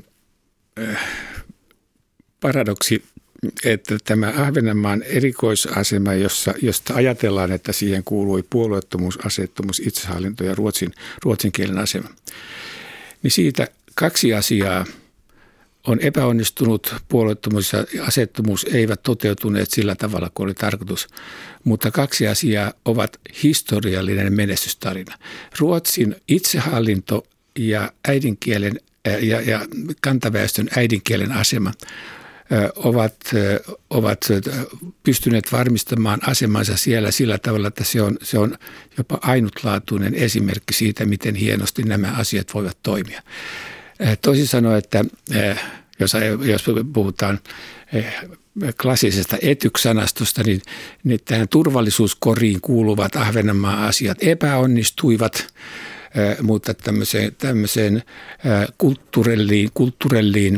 paradoksi, että tämä Ahvenanmaan erikoisasema, jossa, josta ajatellaan, että siihen kuului puolueettomuus, aseettomuus, itsehallinto ja ruotsin, ruotsin kielen asema, niin siitä kaksi asiaa on epäonnistunut. Puolueettomuus ja aseettomuus eivät toteutuneet sillä tavalla, kuin oli tarkoitus, mutta kaksi asiaa ovat historiallinen menestystarina. Ruotsin itsehallinto ja äidinkielen ja, ja kantaväestön äidinkielen asema Ovat, ovat pystyneet varmistamaan asemansa siellä sillä tavalla, että se on, se on jopa ainutlaatuinen esimerkki siitä, miten hienosti nämä asiat voivat toimia. Toisin sanoen, että jos, jos puhutaan klassisesta etyk-sanastosta, niin, niin tähän turvallisuuskoriin kuuluvat Ahvenanmaan asiat epäonnistuivat, mutta tämmöiseen, tämmöiseen kulttuurelliin, kulttuurelliin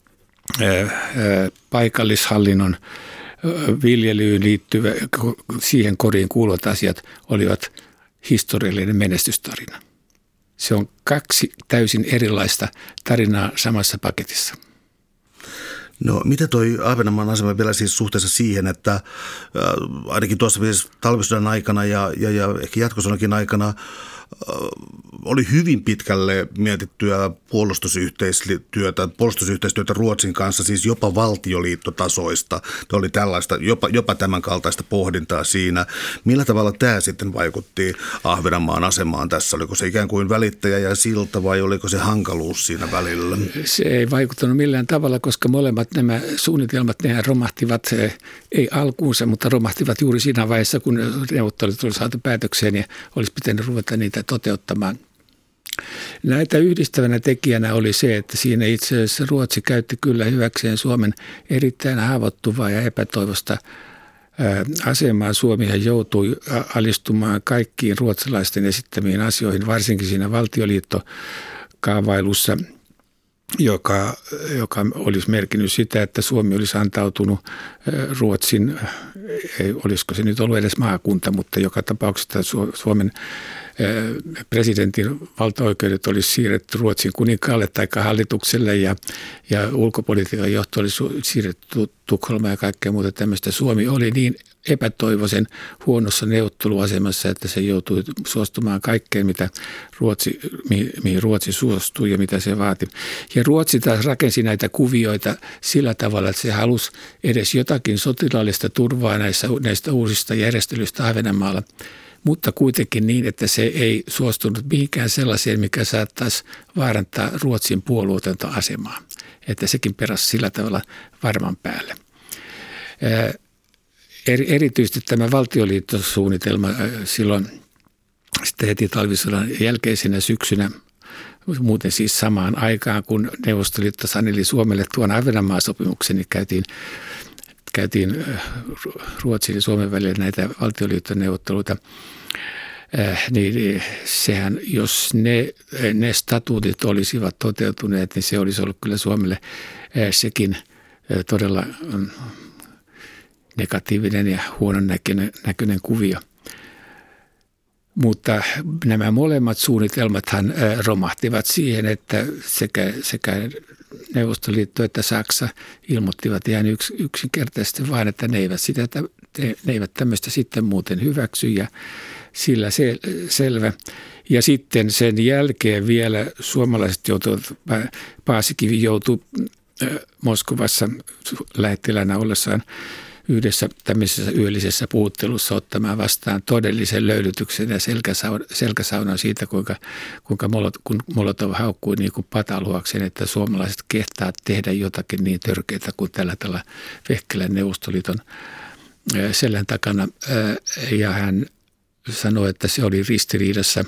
paikallishallinnon viljelyyn liittyvä, siihen koriin kuuluvat asiat olivat historiallinen menestystarina. Se on kaksi täysin erilaista tarinaa samassa paketissa. No mitä toi Ahvenanmaan asema vielä siis suhteessa siihen, että äh, ainakin tuossa talvisodan aikana ja, ja, ja ehkä jatkosodankin aikana oli hyvin pitkälle mietittyä puolustusyhteistyötä, puolustusyhteistyötä Ruotsin kanssa, siis jopa valtioliittotasoista. Tämä oli tällaista, jopa, jopa tämän kaltaista pohdintaa siinä. Millä tavalla tämä sitten vaikutti Ahvenanmaan asemaan tässä? Oliko se ikään kuin välittäjä ja silta vai oliko se hankaluus siinä välillä? Se ei vaikuttanut millään tavalla, koska molemmat nämä suunnitelmat, nehän romahtivat, ei alkuunsa, mutta romahtivat juuri siinä vaiheessa, kun neuvottelut oli saatu päätökseen ja olisi pitänyt ruveta niitä toteuttamaan. Näitä yhdistävänä tekijänä oli se, että siinä itse asiassa Ruotsi käytti kyllä hyväkseen Suomen erittäin haavoittuvaa ja epätoivosta asemaa. Suomihan joutui alistumaan kaikkiin ruotsalaisten esittämiin asioihin, varsinkin siinä valtioliittokaavailussa, joka, joka olisi merkinnyt sitä, että Suomi olisi antautunut Ruotsin, ei, olisiko se nyt ollut edes maakunta, mutta joka tapauksessa Suomen presidentin valtaoikeudet olisi siirretty Ruotsin kuninkaalle tai hallitukselle ja, ja ulkopolitiikan johto olisi siirretty Tukholmaan ja kaikkea muuta tämmöistä. Suomi oli niin epätoivoisen huonossa neuvotteluasemassa, että se joutui suostumaan kaikkeen, mitä Ruotsi, mihin Ruotsi suostui ja mitä se vaati. Ja Ruotsi taas rakensi näitä kuvioita sillä tavalla, että se halusi edes jotakin sotilaallista turvaa näissä, näistä uusista järjestelyistä Ahvenanmaalla. mutta kuitenkin niin, että se ei suostunut mihinkään sellaiseen, mikä saattaisi vaarantaa Ruotsin puolueetonta asemaa. Että sekin peräsi sillä tavalla varman päälle. Erityisesti tämä valtioliittosuunnitelma silloin sitten heti talvisodan jälkeisenä syksynä, muuten siis samaan aikaan, kun Neuvostoliitto saneli Suomelle tuon Ahvenanmaa-sopimuksen, niin käytiin, käytiin Ruotsin ja Suomen välillä näitä valtioliittoneuvotteluita. Niin sehän, jos ne, ne statuutit olisivat toteutuneet, niin se olisi ollut kyllä Suomelle sekin todella negatiivinen ja huonon näköinen, näköinen kuvio. Mutta nämä molemmat suunnitelmathan romahtivat siihen, että sekä, sekä Neuvostoliitto että Saksa ilmoittivat ihan yks, yksinkertaisesti vain, että ne eivät, sitä, ne eivät tämmöistä sitten muuten hyväksy ja sillä sel, selvä. Ja sitten sen jälkeen vielä suomalaiset joutuivat, Paasikivi joutui Moskovassa lähettilänä ollessaan yhdessä tämmöisessä yöllisessä puhuttelussa ottamaan vastaan todellisen löylytyksen ja selkäsaunan siitä, kuinka, kuinka kun Molotov haukkui niin kuin pataluakseen, että suomalaiset kehtaa tehdä jotakin niin törkeää kuin tällä tällä Vehkelän Neuvostoliiton selän takana. Ja hän sanoi, että se oli ristiriidassa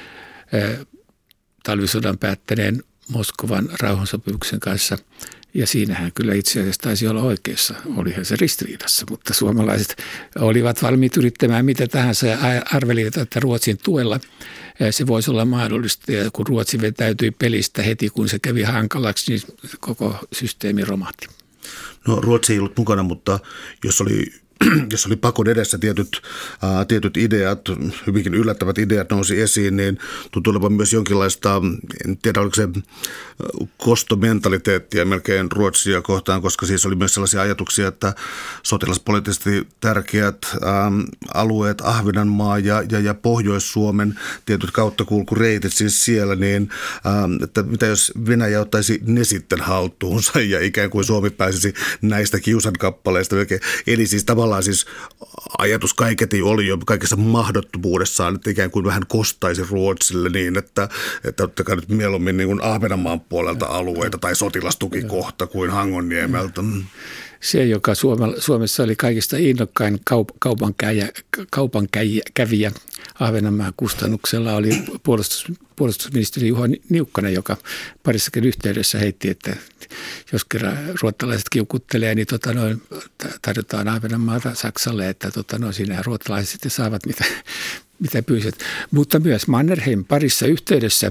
talvisodan päättäneen Moskovan rauhansopimuksen kanssa. Ja siinähän kyllä itse asiassa taisi olla oikeassa. Olihan se ristiriidassa, mutta suomalaiset olivat valmiit yrittämään mitä tahansa ja arvelivat, että Ruotsin tuella se voisi olla mahdollista. Ja kun Ruotsi vetäytyi pelistä heti, kun se kävi hankalaksi, niin koko systeemi romahti. No Ruotsi ei ollut mukana, mutta jos oli... jos oli pakon edessä tietyt, ää, tietyt ideat, hyvinkin yllättävät ideat nousi esiin, niin tuntui olevan myös jonkinlaista, en tiedä oliko se kostomentaliteettia melkein Ruotsia kohtaan, koska siis oli myös sellaisia ajatuksia, että sotilaspoliittisesti tärkeät ää, alueet, Ahvenanmaa ja, ja, ja Pohjois-Suomen tietyt kauttakulkureitit siis siellä, niin ää, että mitä jos Venäjä ottaisi ne sitten haltuunsa ja ikään kuin Suomi pääsisi näistä kiusankappaleista. Eli siis tavallaan siis ajatus kaiketi oli jo kaikessa mahdottomuudessaan, että ikään kuin vähän kostaisi Ruotsille niin, että, että ottakaa nyt mieluummin niin kuin Ahvenanmaan puolelta alueita tai sotilastukikohta kuin Hangonniemeltä. Se, joka Suomessa oli kaikista innokkain kaup- kaupankäijä, kaupankävijä Ahvenanmaan kustannuksella, oli puolustus, puolustusministeri Juha Niukkanen, joka parissakin yhteydessä heitti, että jos kerran ruottalaiset kiukuttelee, niin tota noin, tarjotaan Ahvenanmaata Saksalle, että tota noin, siinähän ruottalaiset sitten saavat mitä, mitä pyysit. Mutta myös Mannerheim parissa yhteydessä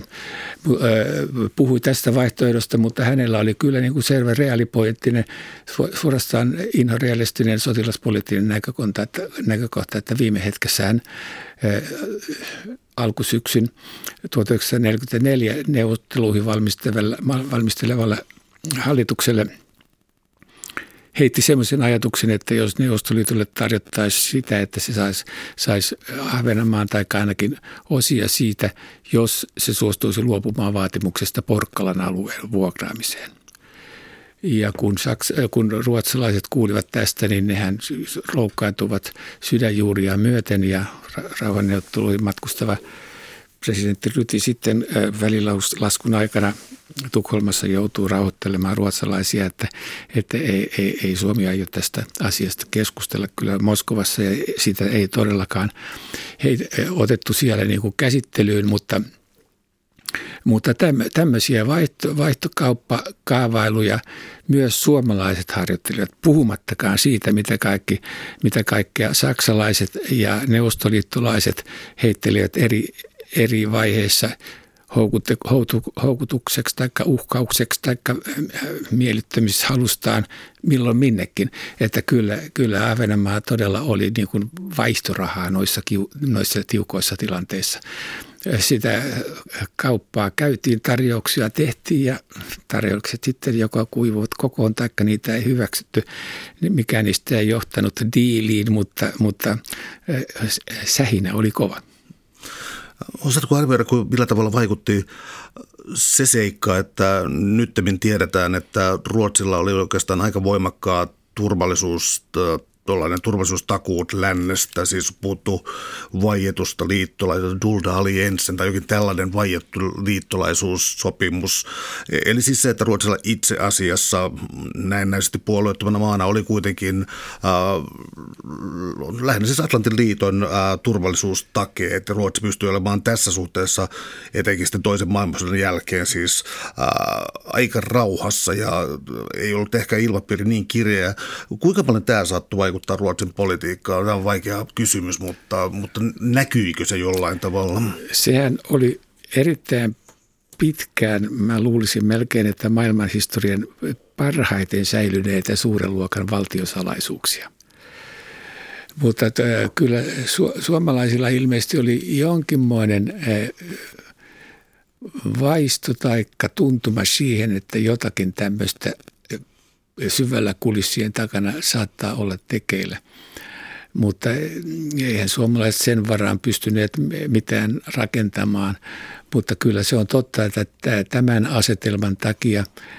puhui tästä vaihtoehdosta, mutta hänellä oli kyllä niin kuin selvä reaalipoliittinen, suorastaan inhorealistinen sotilaspoliittinen näkökohta, että, näkökohta, että viime hetkessä hän alkusyksyn tuhatyhdeksänsataaneljäkymmentäneljä neuvotteluihin valmistelevalla hallitukselle heitti semmoisen ajatuksen, että jos Neuvostoliitolle tarjottaisiin sitä, että se saisi, saisi Ahvenanmaan tai ainakin osia siitä, jos se suostuisi luopumaan vaatimuksesta Porkkalan alueen vuokraamiseen. Ja kun, Saks, kun ruotsalaiset kuulivat tästä, niin nehän loukkaantuvat sydänjuuria myöten ja rauhanneuvotteluihin matkustava presidentti Ryti sitten välilaskun aikana Tukholmassa joutuu rauhoittelemaan ruotsalaisia, että, että ei, ei, ei Suomi aio tästä asiasta keskustella kyllä Moskovassa ja sitä ei todellakaan heitä otettu siellä niin kuin käsittelyyn, mutta Mutta tämmöisiä vaihto, vaihtokauppakaavailuja myös suomalaiset harjoittelivat, puhumattakaan siitä, mitä, kaikki, mitä kaikkea saksalaiset ja neuvostoliittolaiset heittelivät eri, eri vaiheissa houkutukseksi tai uhkaukseksi tai miellyttämishalustaan milloin minnekin. Että kyllä, kyllä Ahvenanmaa todella oli niin kuin vaihtorahaa noissa, noissa tiukoissa tilanteissa. Sitä kauppaa käytiin, tarjouksia tehtiin ja tarjoukset sitten joko kuivuivat kokoon tai niitä ei hyväksytty. Mikään niistä ei johtanut diiliin, mutta, mutta sähinä oli kova. Osaatko arvioida, millä tavalla vaikutti se seikka, että nyttemmin tiedetään, että Ruotsilla oli oikeastaan aika voimakkaat turvallisuus tuollainen turvallisuustakuut lännestä, siis puhuttu vaietusta liittolaisuudesta, Dual Alliansen tai jokin tällainen vaiettu liittolaisuussopimus. Eli siis se, että Ruotsilla itse asiassa näennäisesti puolueettomana maana oli kuitenkin äh, lähinnä siis Atlantin liiton äh, turvallisuustakeet, että Ruotsi pystyi olemaan tässä suhteessa etenkin sitten toisen maailmansodan jälkeen siis äh, aika rauhassa ja ei ollut ehkä ilmapiiri niin kireä. Kuinka paljon tämä saattoi vaikuttaa Ruotsin politiikkaan? Tämä on vaikea kysymys, mutta, mutta näkyykö se jollain tavalla? Sehän oli erittäin pitkään, mä luulisin melkein, että maailmanhistorian parhaiten säilyneitä suuren luokan valtiosalaisuuksia. Mutta kyllä su- suomalaisilla ilmeisesti oli jonkinmoinen vaisto tai tuntuma siihen, että jotakin tämmöistä syvällä kulissien takana saattaa olla tekeillä. Mutta eihän suomalaiset sen varaan pystyneet mitään rakentamaan, mutta kyllä se on totta, että tämän asetelman takia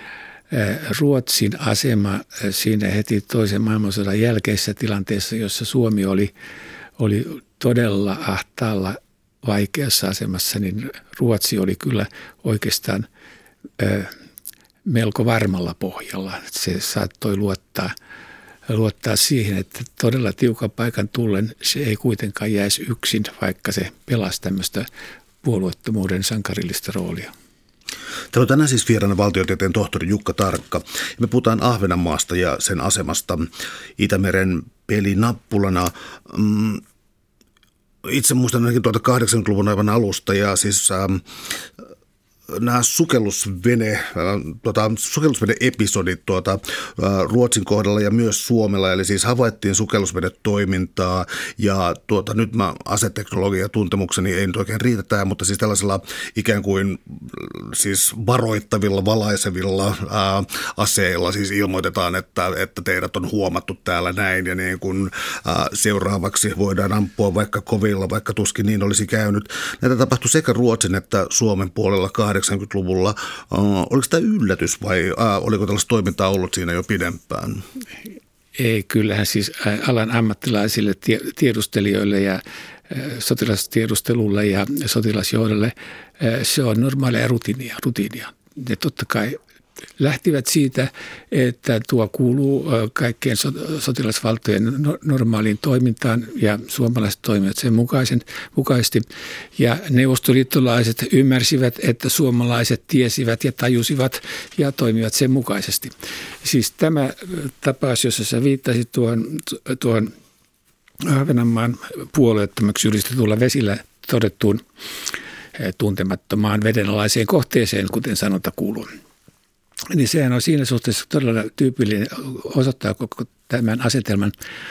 Ruotsin asema siinä heti toisen maailmansodan jälkeisessä tilanteessa, jossa Suomi oli, oli todella ahtaalla vaikeassa asemassa, niin Ruotsi oli kyllä oikeastaan ö, melko varmalla pohjalla. Se saattoi luottaa, luottaa siihen, että todella tiukan paikan tullen se ei kuitenkaan jäisi yksin, vaikka se pelasi tämmöistä puolueettomuuden sankarillista roolia. Täällä on tänään siis vieraana valtiotieteen tohtori Jukka Tarkka. Ja me puhutaan Ahvenanmaasta ja sen asemasta Itämeren pelinappulana. Mm, itse muistan ainakin tuolta kahdeksankymmentäluvun aivan alusta ja siis ähm, nämä sukellusvene, äh, tuota, sukellusvene-episodit tuota, äh, Ruotsin kohdalla ja myös Suomella, eli siis havaittiin sukellusvenetoimintaa ja tuota, nyt mä aseteknologia tuntemukseni ei nyt oikein riitä tähän, mutta siis tällaisilla ikään kuin siis varoittavilla, valaisevilla ää, aseilla siis ilmoitetaan, että, että teidät on huomattu täällä näin ja niin kun ää, seuraavaksi voidaan ampua vaikka kovilla, vaikka tuskin niin olisi käynyt. Näitä tapahtui sekä Ruotsin että Suomen puolella kahdeksankymmentäluvulla. Ää, oliko tämä yllätys vai ää, oliko tällaista toimintaa ollut siinä jo pidempään? Ei, kyllähän siis alan ammattilaisille, tiedustelijoille ja sotilastiedustelulle ja sotilasjohdolle se on normaalia rutiinia. rutiinia. Ne totta kai lähtivät siitä, että tuo kuuluu kaikkien sotilasvaltojen normaaliin toimintaan ja suomalaiset toimivat sen mukaisen, mukaisesti. Ja neuvostoliittolaiset ymmärsivät, että suomalaiset tiesivät ja tajusivat ja toimivat sen mukaisesti. Siis tämä tapaus, jossa sä viittasit tuohon, tuohon Ahvenanmaan puolueettomaksi julistetulla vesillä todettuun tuntemattomaan vedenalaiseen kohteeseen, kuten sanonta kuuluu. Niin sehän on siinä suhteessa todella tyypillinen osoittaa koko tämän asetelman,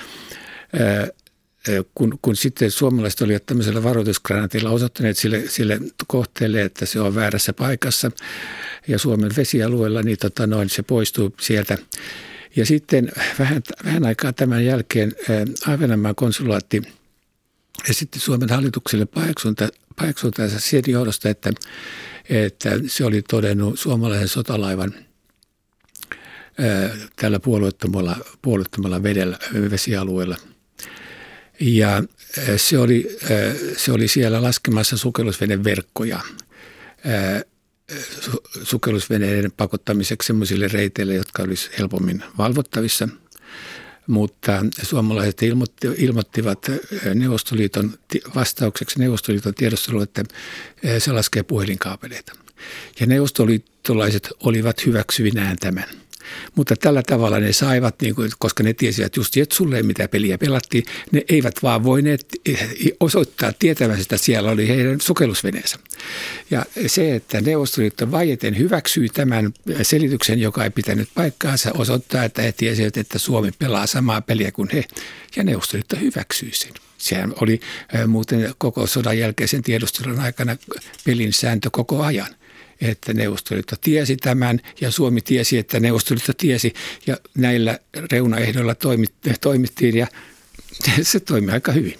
kun, kun sitten suomalaiset olivat tämmöisellä varoitusgranaatilla osoittaneet sille, sille kohteelle, että se on väärässä paikassa ja Suomen vesialueella, niin tota noin, se poistuu sieltä. Ja sitten vähän, vähän aikaa tämän jälkeen Ahvenanmaan konsulaatti esitti Suomen hallitukselle paheksunta, paheksuntaansa sen johdosta, että, että se oli todennut suomalaisen sotalaivan ää, tällä puolueettomalla, puolueettomalla vedellä, vesialueella. Ja ää, se, oli, ää, se oli siellä laskemassa sukellusveden verkkoja ää, sukellusveneiden pakottamiseksi sellaisille reiteille, jotka olisi helpommin valvottavissa. Mutta suomalaiset ilmoitti, ilmoittivat Neuvostoliiton vastaukseksi Neuvostoliiton tiedusteluun, että se laskee puhelinkaapeleita. Ja neuvostoliittolaiset olivat hyväksyvinään tämän. Mutta tällä tavalla ne saivat, niin kuin, koska ne tiesivät just Jetsulle, mitä peliä pelattiin, ne eivät vaan voineet osoittaa tietävänsä, että siellä oli heidän sukellusveneensä. Ja se, että Neuvostoliitto vaieten hyväksyi tämän selityksen, joka ei pitänyt paikkaansa, osoittaa, että he tiesivät, että Suomi pelaa samaa peliä kuin he, ja Neuvostoliitto hyväksyi sen. Sehän oli muuten koko sodan jälkeisen tiedustelun aikana pelin sääntö koko ajan. Että Neuvostoliitto tiesi tämän ja Suomi tiesi, että Neuvostoliitto tiesi ja näillä reunaehdoilla toimittiin ja se toimi aika hyvin.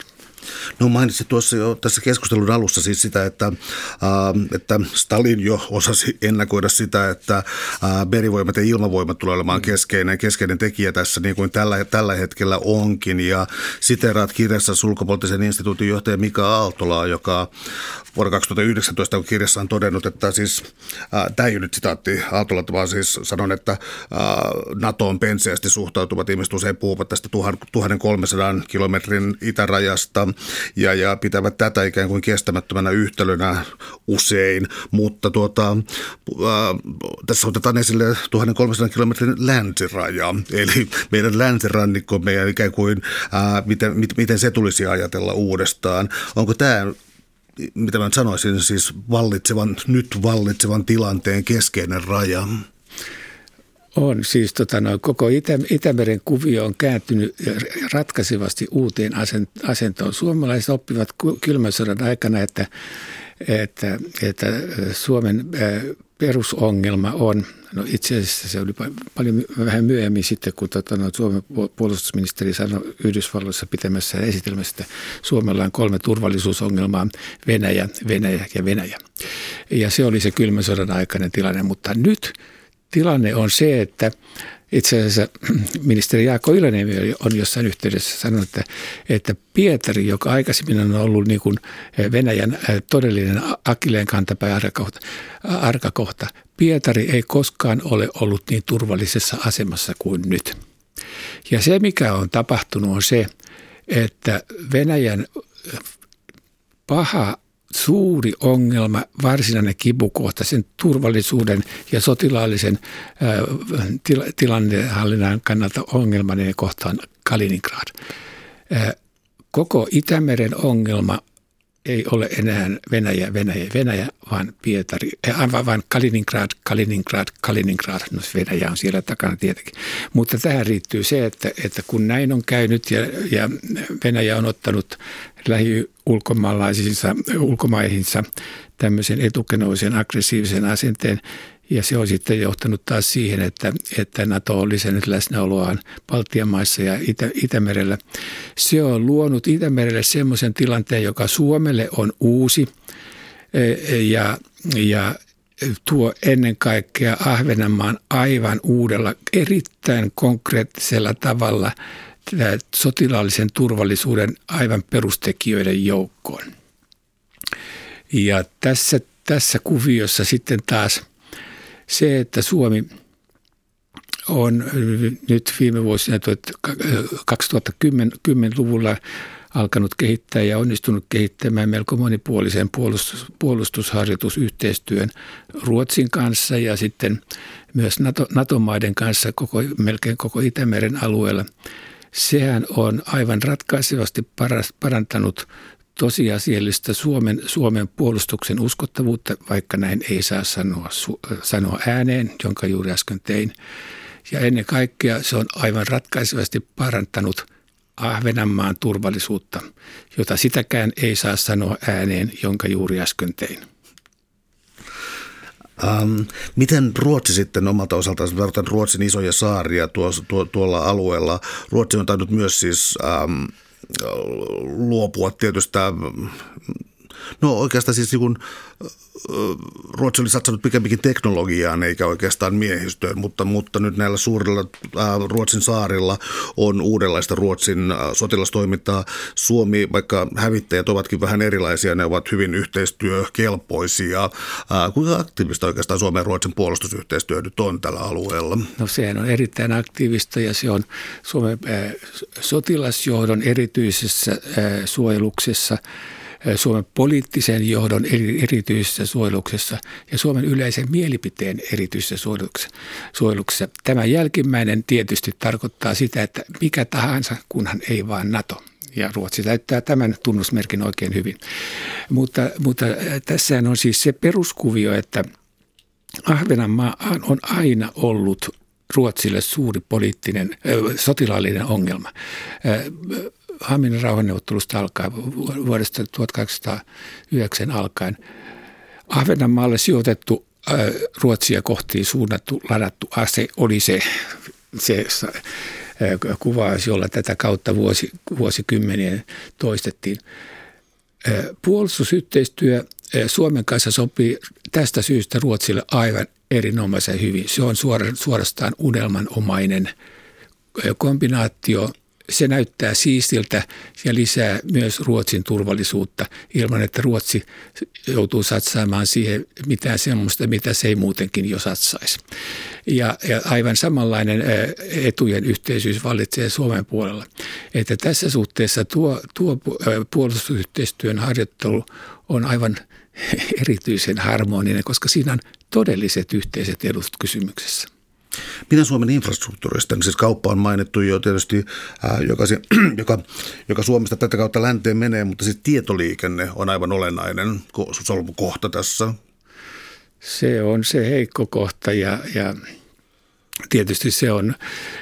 No mainitsit tuossa jo tässä keskustelun alussa siis sitä, että, äh, että Stalin jo osasi ennakoida sitä, että äh, merivoimat ja ilmavoimat tulee olemaan keskeinen, keskeinen tekijä tässä, niin kuin tällä, tällä hetkellä onkin. Ja siteeraat kirjassa ulkopoliittisen instituutin johtaja Mika Aaltolaa, joka vuonna kaksituhattayhdeksäntoista on kirjassaan todennut, että siis, äh, tämä ei ole nyt sitaatti Aaltolalta, vaan siis sanon, että äh, NATOon penseästi suhtautuvat ihmiset usein puhuvat tästä tuhatkolmesataa kilometrin itärajasta ja, ja pitävät tätä ikään kuin kestämättömänä yhtälönä usein, mutta tuota, äh, tässä otetaan esille tuhatkolmesataa kilometrin länsiraja, eli meidän länsirannikko, meidän ikään kuin, äh, miten, miten se tulisi ajatella uudestaan. Onko tämä, mitä mä sanoisin, siis vallitsevan, nyt vallitsevan tilanteen keskeinen raja? On. Siis tota, no, koko Itä, Itämeren kuvio on kääntynyt ratkaisevasti uuteen asentoon. Suomalaiset oppivat kylmän sodan aikana, että, että, että Suomen perusongelma on, no itse asiassa se oli paljon vähän myöhemmin sitten, kun tota, no, Suomen puolustusministeri sanoi Yhdysvalloissa pitämässä esitelmässä, että Suomella on kolme turvallisuusongelmaa, Venäjä, Venäjä ja Venäjä. Ja se oli se kylmän sodan aikainen tilanne, mutta nyt tilanne on se, että itse asiassa ministeri Jaakko Ylöniemi on jossain yhteydessä sanonut, että, että Pietari, joka aikaisemmin on ollut niin kuin Venäjän todellinen akilleen kantapää arkakohta, arkakohta, Pietari ei koskaan ole ollut niin turvallisessa asemassa kuin nyt. Ja se, mikä on tapahtunut, on se, että Venäjän paha suuri ongelma, varsinainen kipukohta sen turvallisuuden ja sotilaallisen äh, til, tilannehallinnan kannalta ongelmallinen kohta on Kaliningrad. Äh, koko Itämeren ongelma ei ole enää Venäjä, Venäjä, Venäjä, vaan Pietari, äh, vaan Kaliningrad, Kaliningrad, Kaliningrad. No Venäjä on siellä takana tietenkin. Mutta tähän riittyy se, että, että kun näin on käynyt ja, ja Venäjä on ottanut lähiulkomaalaisissa ulkomaihinsa tämmöisen etukenoisen aggressiivisen asenteen, ja se on sitten johtanut taas siihen, että, että NATO on lisännyt läsnäoloaan Baltian maissa ja Itä, Itämerellä. Se on luonut Itämerelle semmoisen tilanteen, joka Suomelle on uusi ja, ja tuo ennen kaikkea Ahvenanmaan aivan uudella, erittäin konkreettisella tavalla sotilaallisen turvallisuuden aivan perustekijöiden joukkoon. Ja tässä, tässä kuviossa sitten taas se, että Suomi on nyt viime vuosina kaksituhattakymmenluvulla alkanut kehittää ja onnistunut kehittämään melko monipuolisen puolustus, puolustusharjoitusyhteistyön Ruotsin kanssa ja sitten myös NATO, NATO-maiden kanssa koko, melkein koko Itämeren alueella. Sehän on aivan ratkaisevasti parantanut tosiasiallista Suomen, Suomen puolustuksen uskottavuutta, vaikka näin ei saa sanoa, sanoa ääneen, jonka juuri äsken tein. Ja ennen kaikkea se on aivan ratkaisevasti parantanut Ahvenanmaan turvallisuutta, jota sitäkään ei saa sanoa ääneen, jonka juuri äsken tein. Ähm, miten Ruotsi sitten omalta osaltaan, verrataan Ruotsin isoja saaria tuo, tuo, tuolla alueella, Ruotsi on tainnut myös siis ähm, luopua tietystä, no oikeastaan siis niin kuin, Ruotsi oli satsannut pikemminkin teknologiaan eikä oikeastaan miehistöön, mutta, mutta nyt näillä suurilla ää, Ruotsin saarilla on uudenlaista Ruotsin ää, sotilastoimintaa. Suomi, vaikka hävittäjät ovatkin vähän erilaisia, ne ovat hyvin yhteistyökelpoisia. Ää, kuinka aktiivista oikeastaan Suomen ja Ruotsin puolustusyhteistyö nyt on tällä alueella? No sehän on erittäin aktiivista ja se on Suomen ää, sotilasjohdon erityisessä ää, suojeluksessa, Suomen poliittisen johdon erityisessä suojeluksessa ja Suomen yleisen mielipiteen erityisessä suojeluksessa. Tämä jälkimmäinen tietysti tarkoittaa sitä, että mikä tahansa, kunhan ei vaan NATO. Ja Ruotsi täyttää tämän tunnusmerkin oikein hyvin. Mutta, mutta tässä on siis se peruskuvio, että Ahvenanmaa on aina ollut Ruotsille suuri poliittinen, äh, sotilaallinen ongelma. Äh, Haminan rauhanneuvottelusta alkaen, vuodesta tuhatkahdeksansataayhdeksän alkaen, Ahvenanmaalle sijoitettu ää, Ruotsia kohti suunnattu, ladattu ase oli se, se kuvaus, jolla tätä kautta vuosi, vuosikymmenien toistettiin. Puolustusyhteistyö Suomen kanssa sopii tästä syystä Ruotsille aivan erinomaisen hyvin. Se on suorastaan unelmanomainen kombinaatio. Se näyttää siistiltä ja lisää myös Ruotsin turvallisuutta ilman, että Ruotsi joutuu satsaamaan siihen mitään semmoista, mitä se ei muutenkin jo satsaisi. Ja, ja aivan samanlainen etujen yhteisyys vallitsee Suomen puolella. Että tässä suhteessa tuo, tuo puolustusyhteistyön harjoittelu on aivan erityisen harmoninen, koska siinä on todelliset yhteiset edut kysymyksessä. Mitä Suomen infrastruktuurista? Siis kauppa on mainittu jo tietysti, ää, joka, joka, joka Suomesta tätä kautta länteen menee, mutta siis tietoliikenne on aivan olennainen solmukohta tässä. Se on se heikko kohta ja, ja tietysti se on,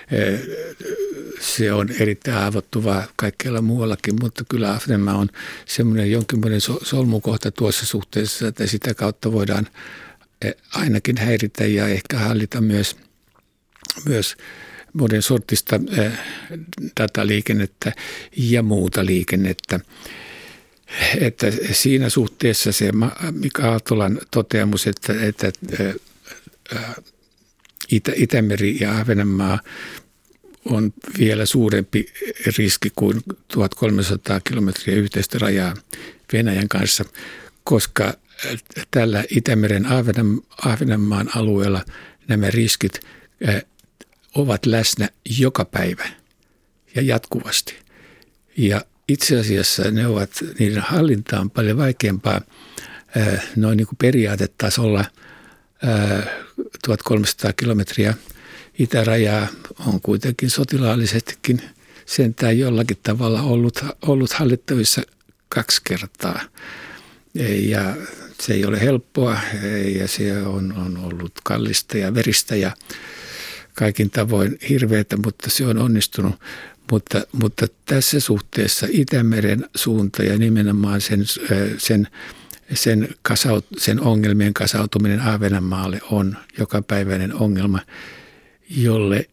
se on erittäin haavoittuvaa kaikkialla muuallakin, mutta kyllä Ahvenanmaa on semmoinen jonkinlainen solmukohta tuossa suhteessa, että sitä kautta voidaan ainakin häiritä ja ehkä hallita myös myös monen sortista dataliikennettä ja muuta liikennettä. Että siinä suhteessa se Mika Aaltolan toteamus, että, että Itä, Itämeri ja Ahvenanmaa on vielä suurempi riski kuin tuhatkolmesataa kilometriä yhteistä rajaa Venäjän kanssa, koska tällä Itämeren Ahvenanmaan alueella nämä riskit ovat läsnä joka päivä ja jatkuvasti. Ja itse asiassa ne ovat, niiden hallinta on paljon vaikeampaa noin niin kuin periaatetasolla. tuhatkolmesataa kilometriä itärajaa on kuitenkin sotilaallisestikin sentään jollakin tavalla ollut, ollut hallittavissa kaksi kertaa. Ja se ei ole helppoa ja se on, on ollut kallista ja veristä ja kaikin tavoin hirveätä, mutta se on onnistunut. Mutta, mutta tässä suhteessa Itämeren suunta ja nimenomaan sen, sen, sen, kasaut, sen ongelmien kasautuminen Ahvenanmaalle on jokapäiväinen ongelma, jolle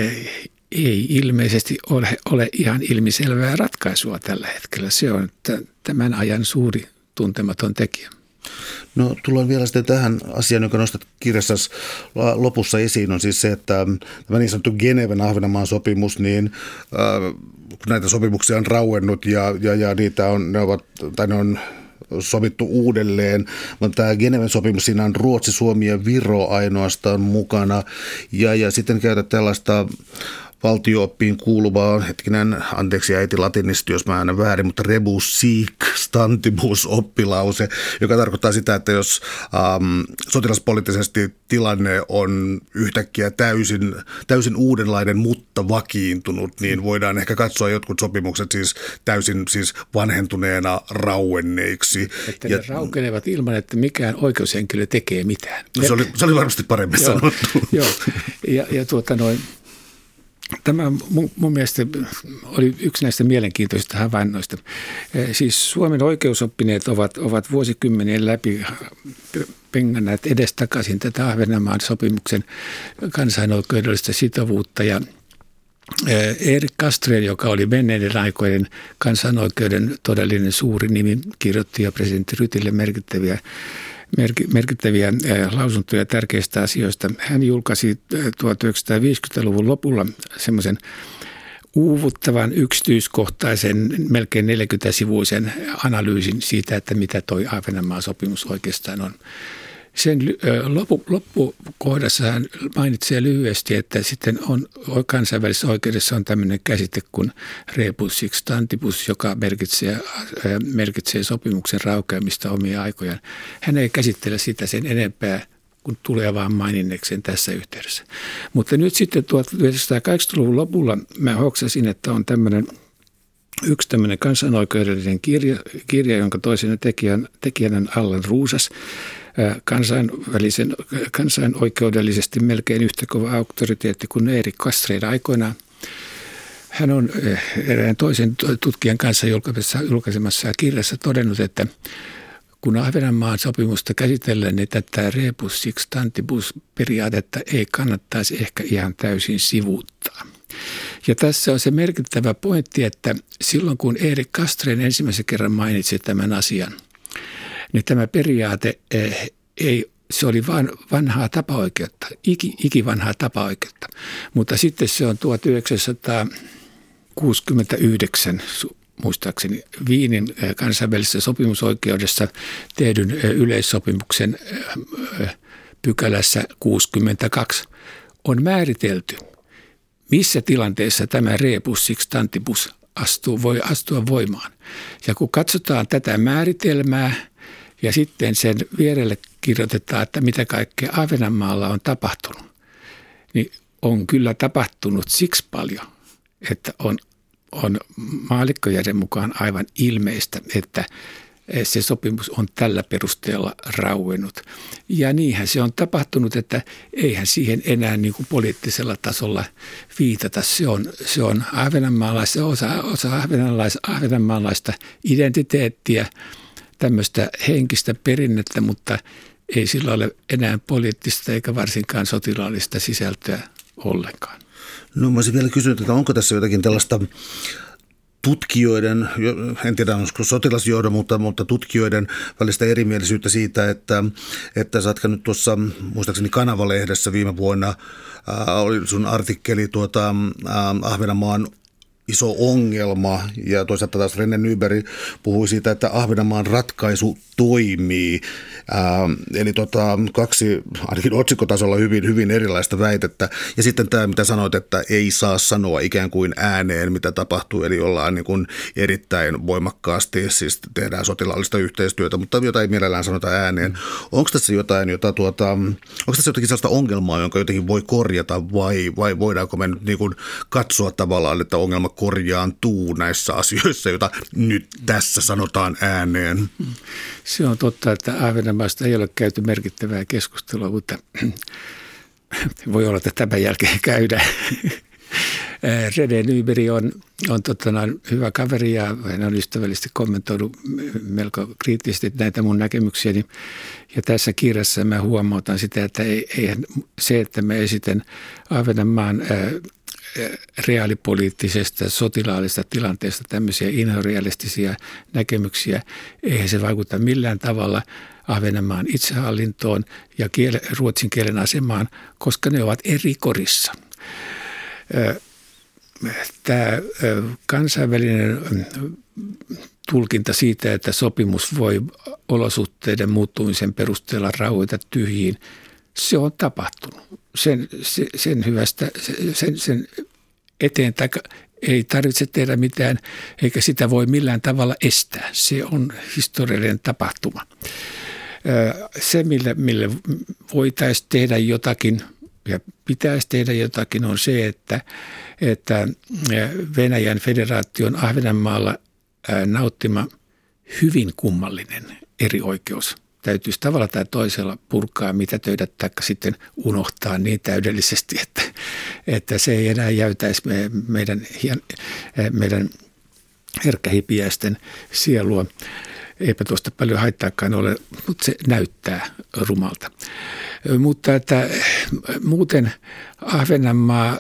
ei ilmeisesti ole, ole ihan ilmiselvää ratkaisua tällä hetkellä. Se on tämän ajan suuri tuntematon tekijä. No tullaan vielä sitten tähän asiaan, jonka nostat kirjassa lopussa esiin, on siis se, että tämä niin sanottu Geneven Ahvenanmaan sopimus, niin äh, kun näitä sopimuksia on rauennut ja, ja, ja niitä on, ne ovat, tai ne on sovittu uudelleen, mutta tämä Geneven sopimus, siinä on Ruotsi, Suomi ja Viro ainoastaan mukana, ja, ja sitten käytät tällaista valtio-oppiin kuuluvaa, hetkinen, anteeksi äiti latinisti, jos mä aina väärin, mutta rebus sic stantibus oppilause, joka tarkoittaa sitä, että jos ähm, sotilaspoliittisesti tilanne on yhtäkkiä täysin, täysin uudenlainen, mutta vakiintunut, niin voidaan ehkä katsoa jotkut sopimukset siis täysin siis vanhentuneena rauenneiksi. Että ne ja, raukenevat ilman, että mikään oikeushenkilö tekee mitään. Se oli, se oli varmasti paremmin joo, sanottu. Joo, ja, ja tuota noin, tämä mun, mun mielestä oli yksi näistä mielenkiintoisista havainnoista. Siis Suomen oikeusoppineet ovat, ovat vuosikymmenien läpi penganneet edestakaisin tätä Ahvenanmaan sopimuksen kansainoikeudellista sitovuutta. Ja Erik Castrén, joka oli menneiden aikojen kansanoikeuden todellinen suuri nimi, kirjoitti jo presidentti Rytille merkittäviä merkittäviä lausuntoja tärkeistä asioista. Hän julkaisi tuhatyhdeksänsataaviisikymmentäluvun lopulla semmoisen uuvuttavan, yksityiskohtaisen, melkein neljäkymmentäsivuisen analyysin siitä, että mitä toi Ahvenanmaan sopimus oikeastaan on. Sen loppu, loppukohdassa hän mainitsee lyhyesti, että sitten on kansainvälisessä oikeudessa on tämmöinen käsite kuin rebus sic stantibus, joka merkitsee, merkitsee sopimuksen raukeamista omia aikojaan. Hän ei käsittele sitä sen enempää kuin tulee vaan maininnekseen tässä yhteydessä. Mutta nyt sitten tuhatyhdeksänsataakahdeksankymmentäluvun lopulla mä hoksasin, että on tämmöinen yksi tämmöinen kansanoikeudellinen kirja, kirja jonka toisena tekijän, tekijänä on Allan Ruusas, kansainvälisen, kansainoikeudellisesti melkein yhtä kova auktoriteetti kuin Erik Castrén aikoinaan. Hän on erään toisen tutkijan kanssa julkaisemassa kirjassa todennut, että kun Ahvenanmaan sopimusta käsitellään, niin tätä rebus sic stantibus -periaatetta ei kannattaisi ehkä ihan täysin sivuuttaa. Ja tässä on se merkittävä pointti, että silloin kun Erik Castrén ensimmäisen kerran mainitsi tämän asian, niin tämä periaate ei, se oli vain vanhaa tapaoikeutta, iki, ikivanhaa tapaoikeutta. Mutta sitten se on tuhatyhdeksänsataakuusikymmentäyhdeksän muistaakseni Viinin kansainvälisessä sopimusoikeudessa tehdyn yleissopimuksen pykälässä kuusikymmentäkaksi on määritelty, missä tilanteessa tämä rebus sic stantibus astuu, voi astua voimaan. Ja kun katsotaan tätä määritelmää ja sitten sen vierelle kirjoitetaan, että mitä kaikkea Ahvenanmaalla on tapahtunut, niin on kyllä tapahtunut siksi paljon, että on, on maallikkojärjen mukaan aivan ilmeistä, että se sopimus on tällä perusteella rauennut. Ja niinhän se on tapahtunut, että eihän siihen enää niin kuin poliittisella tasolla viitata. Se on, se on ahvenanmaalaista, osa, osa ahvenanmaalaista, ahvenanmaalaista identiteettiä, tämmöistä henkistä perinnettä, mutta ei sillä ole enää poliittista eikä varsinkaan sotilaallista sisältöä ollenkaan. No mä olisin vielä kysynyt, että onko tässä jotakin tällaista tutkijoiden, en tiedä onko sotilasjohdon, mutta, mutta tutkijoiden välistä erimielisyyttä siitä, että, että sä ootko nyt tuossa muistaakseni Kanava-lehdessä viime vuonna ää, oli sun artikkeli tuota, ää, Ahvenanmaan iso ongelma, ja toisaalta taas René Nyberg puhui siitä, että Ahvenanmaan ratkaisu toimii. Ää, eli tota, kaksi ainakin otsikkotasolla hyvin, hyvin erilaista väitettä. Ja sitten tämä, mitä sanoit, että ei saa sanoa ikään kuin ääneen, mitä tapahtuu, eli ollaan niin kuin erittäin voimakkaasti, siis tehdään sotilaallista yhteistyötä, mutta jotain mielellään sanota ääneen. Mm. Onko tässä jotain, jota tuota, onko tässä jotakin sellaista ongelmaa, jonka jotenkin voi korjata, vai, vai voidaanko me nyt niin kuin katsoa tavallaan, että ongelma korjaantuu näissä asioissa, joita nyt tässä sanotaan ääneen? Se on totta, että Ahvenanmaasta ei ole käyty merkittävää keskustelua, mutta voi olla, että tämän jälkeen käydään. René Nyberg on, on tottana hyvä kaveri ja hän on ystävällisesti kommentoinut melko kriittisesti näitä mun näkemyksiäni. Ja tässä kirjassa mä huomautan sitä, että eihän se, että mä esitän Ahvenanmaan reaalipoliittisesta sotilaallisesta tilanteesta tämmöisiä inhorealistisia näkemyksiä, eihän se vaikuta millään tavalla Ahvenanmaan itsehallintoon ja kiele, ruotsin kielen asemaan, koska ne ovat eri korissa. Tämä kansainvälinen tulkinta siitä, että sopimus voi olosuhteiden muuttumisen perusteella rauhoita tyhjiin, se on tapahtunut. Sen, sen hyvästä, sen, sen eteen taka, ei tarvitse tehdä mitään, eikä sitä voi millään tavalla estää. Se on historiallinen tapahtuma. Se, mille, mille voitaisiin tehdä jotakin ja pitäisi tehdä jotakin, on se, että, että Venäjän federaation Ahvenanmaalla nauttima hyvin kummallinen erioikeus täytyisi tavalla tai toisella purkaa, mitätöidä tai sitten unohtaa niin täydellisesti, että, että se ei enää jäytäisi meidän, meidän herkkähipiäisten sielua. Eipä tuosta paljon haittaakaan ole, mutta se näyttää rumalta. Mutta että muuten Ahvenanmaa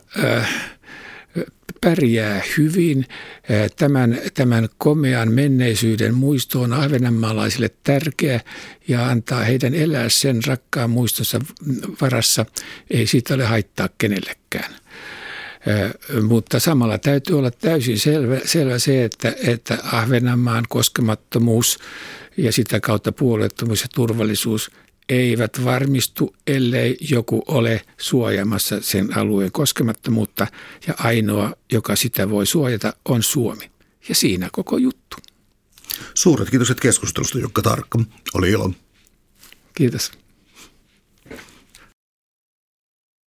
pärjää hyvin. Tämän, tämän komean menneisyyden muisto on ahvenanmaalaisille tärkeä ja antaa heidän elää sen rakkaan muistonsa varassa. Ei siitä ole haittaa kenellekään. Mutta samalla täytyy olla täysin selvä, selvä se, että, että Ahvenanmaan koskemattomuus ja sitä kautta puolueettomuus ja turvallisuus eivät varmistu, ellei joku ole suojaamassa sen alueen koskemattomuutta, ja ainoa, joka sitä voi suojata, on Suomi. Ja siinä koko juttu. Suuret kiitokset keskustelusta, Jukka Tarkka. Oli ilo. Kiitos.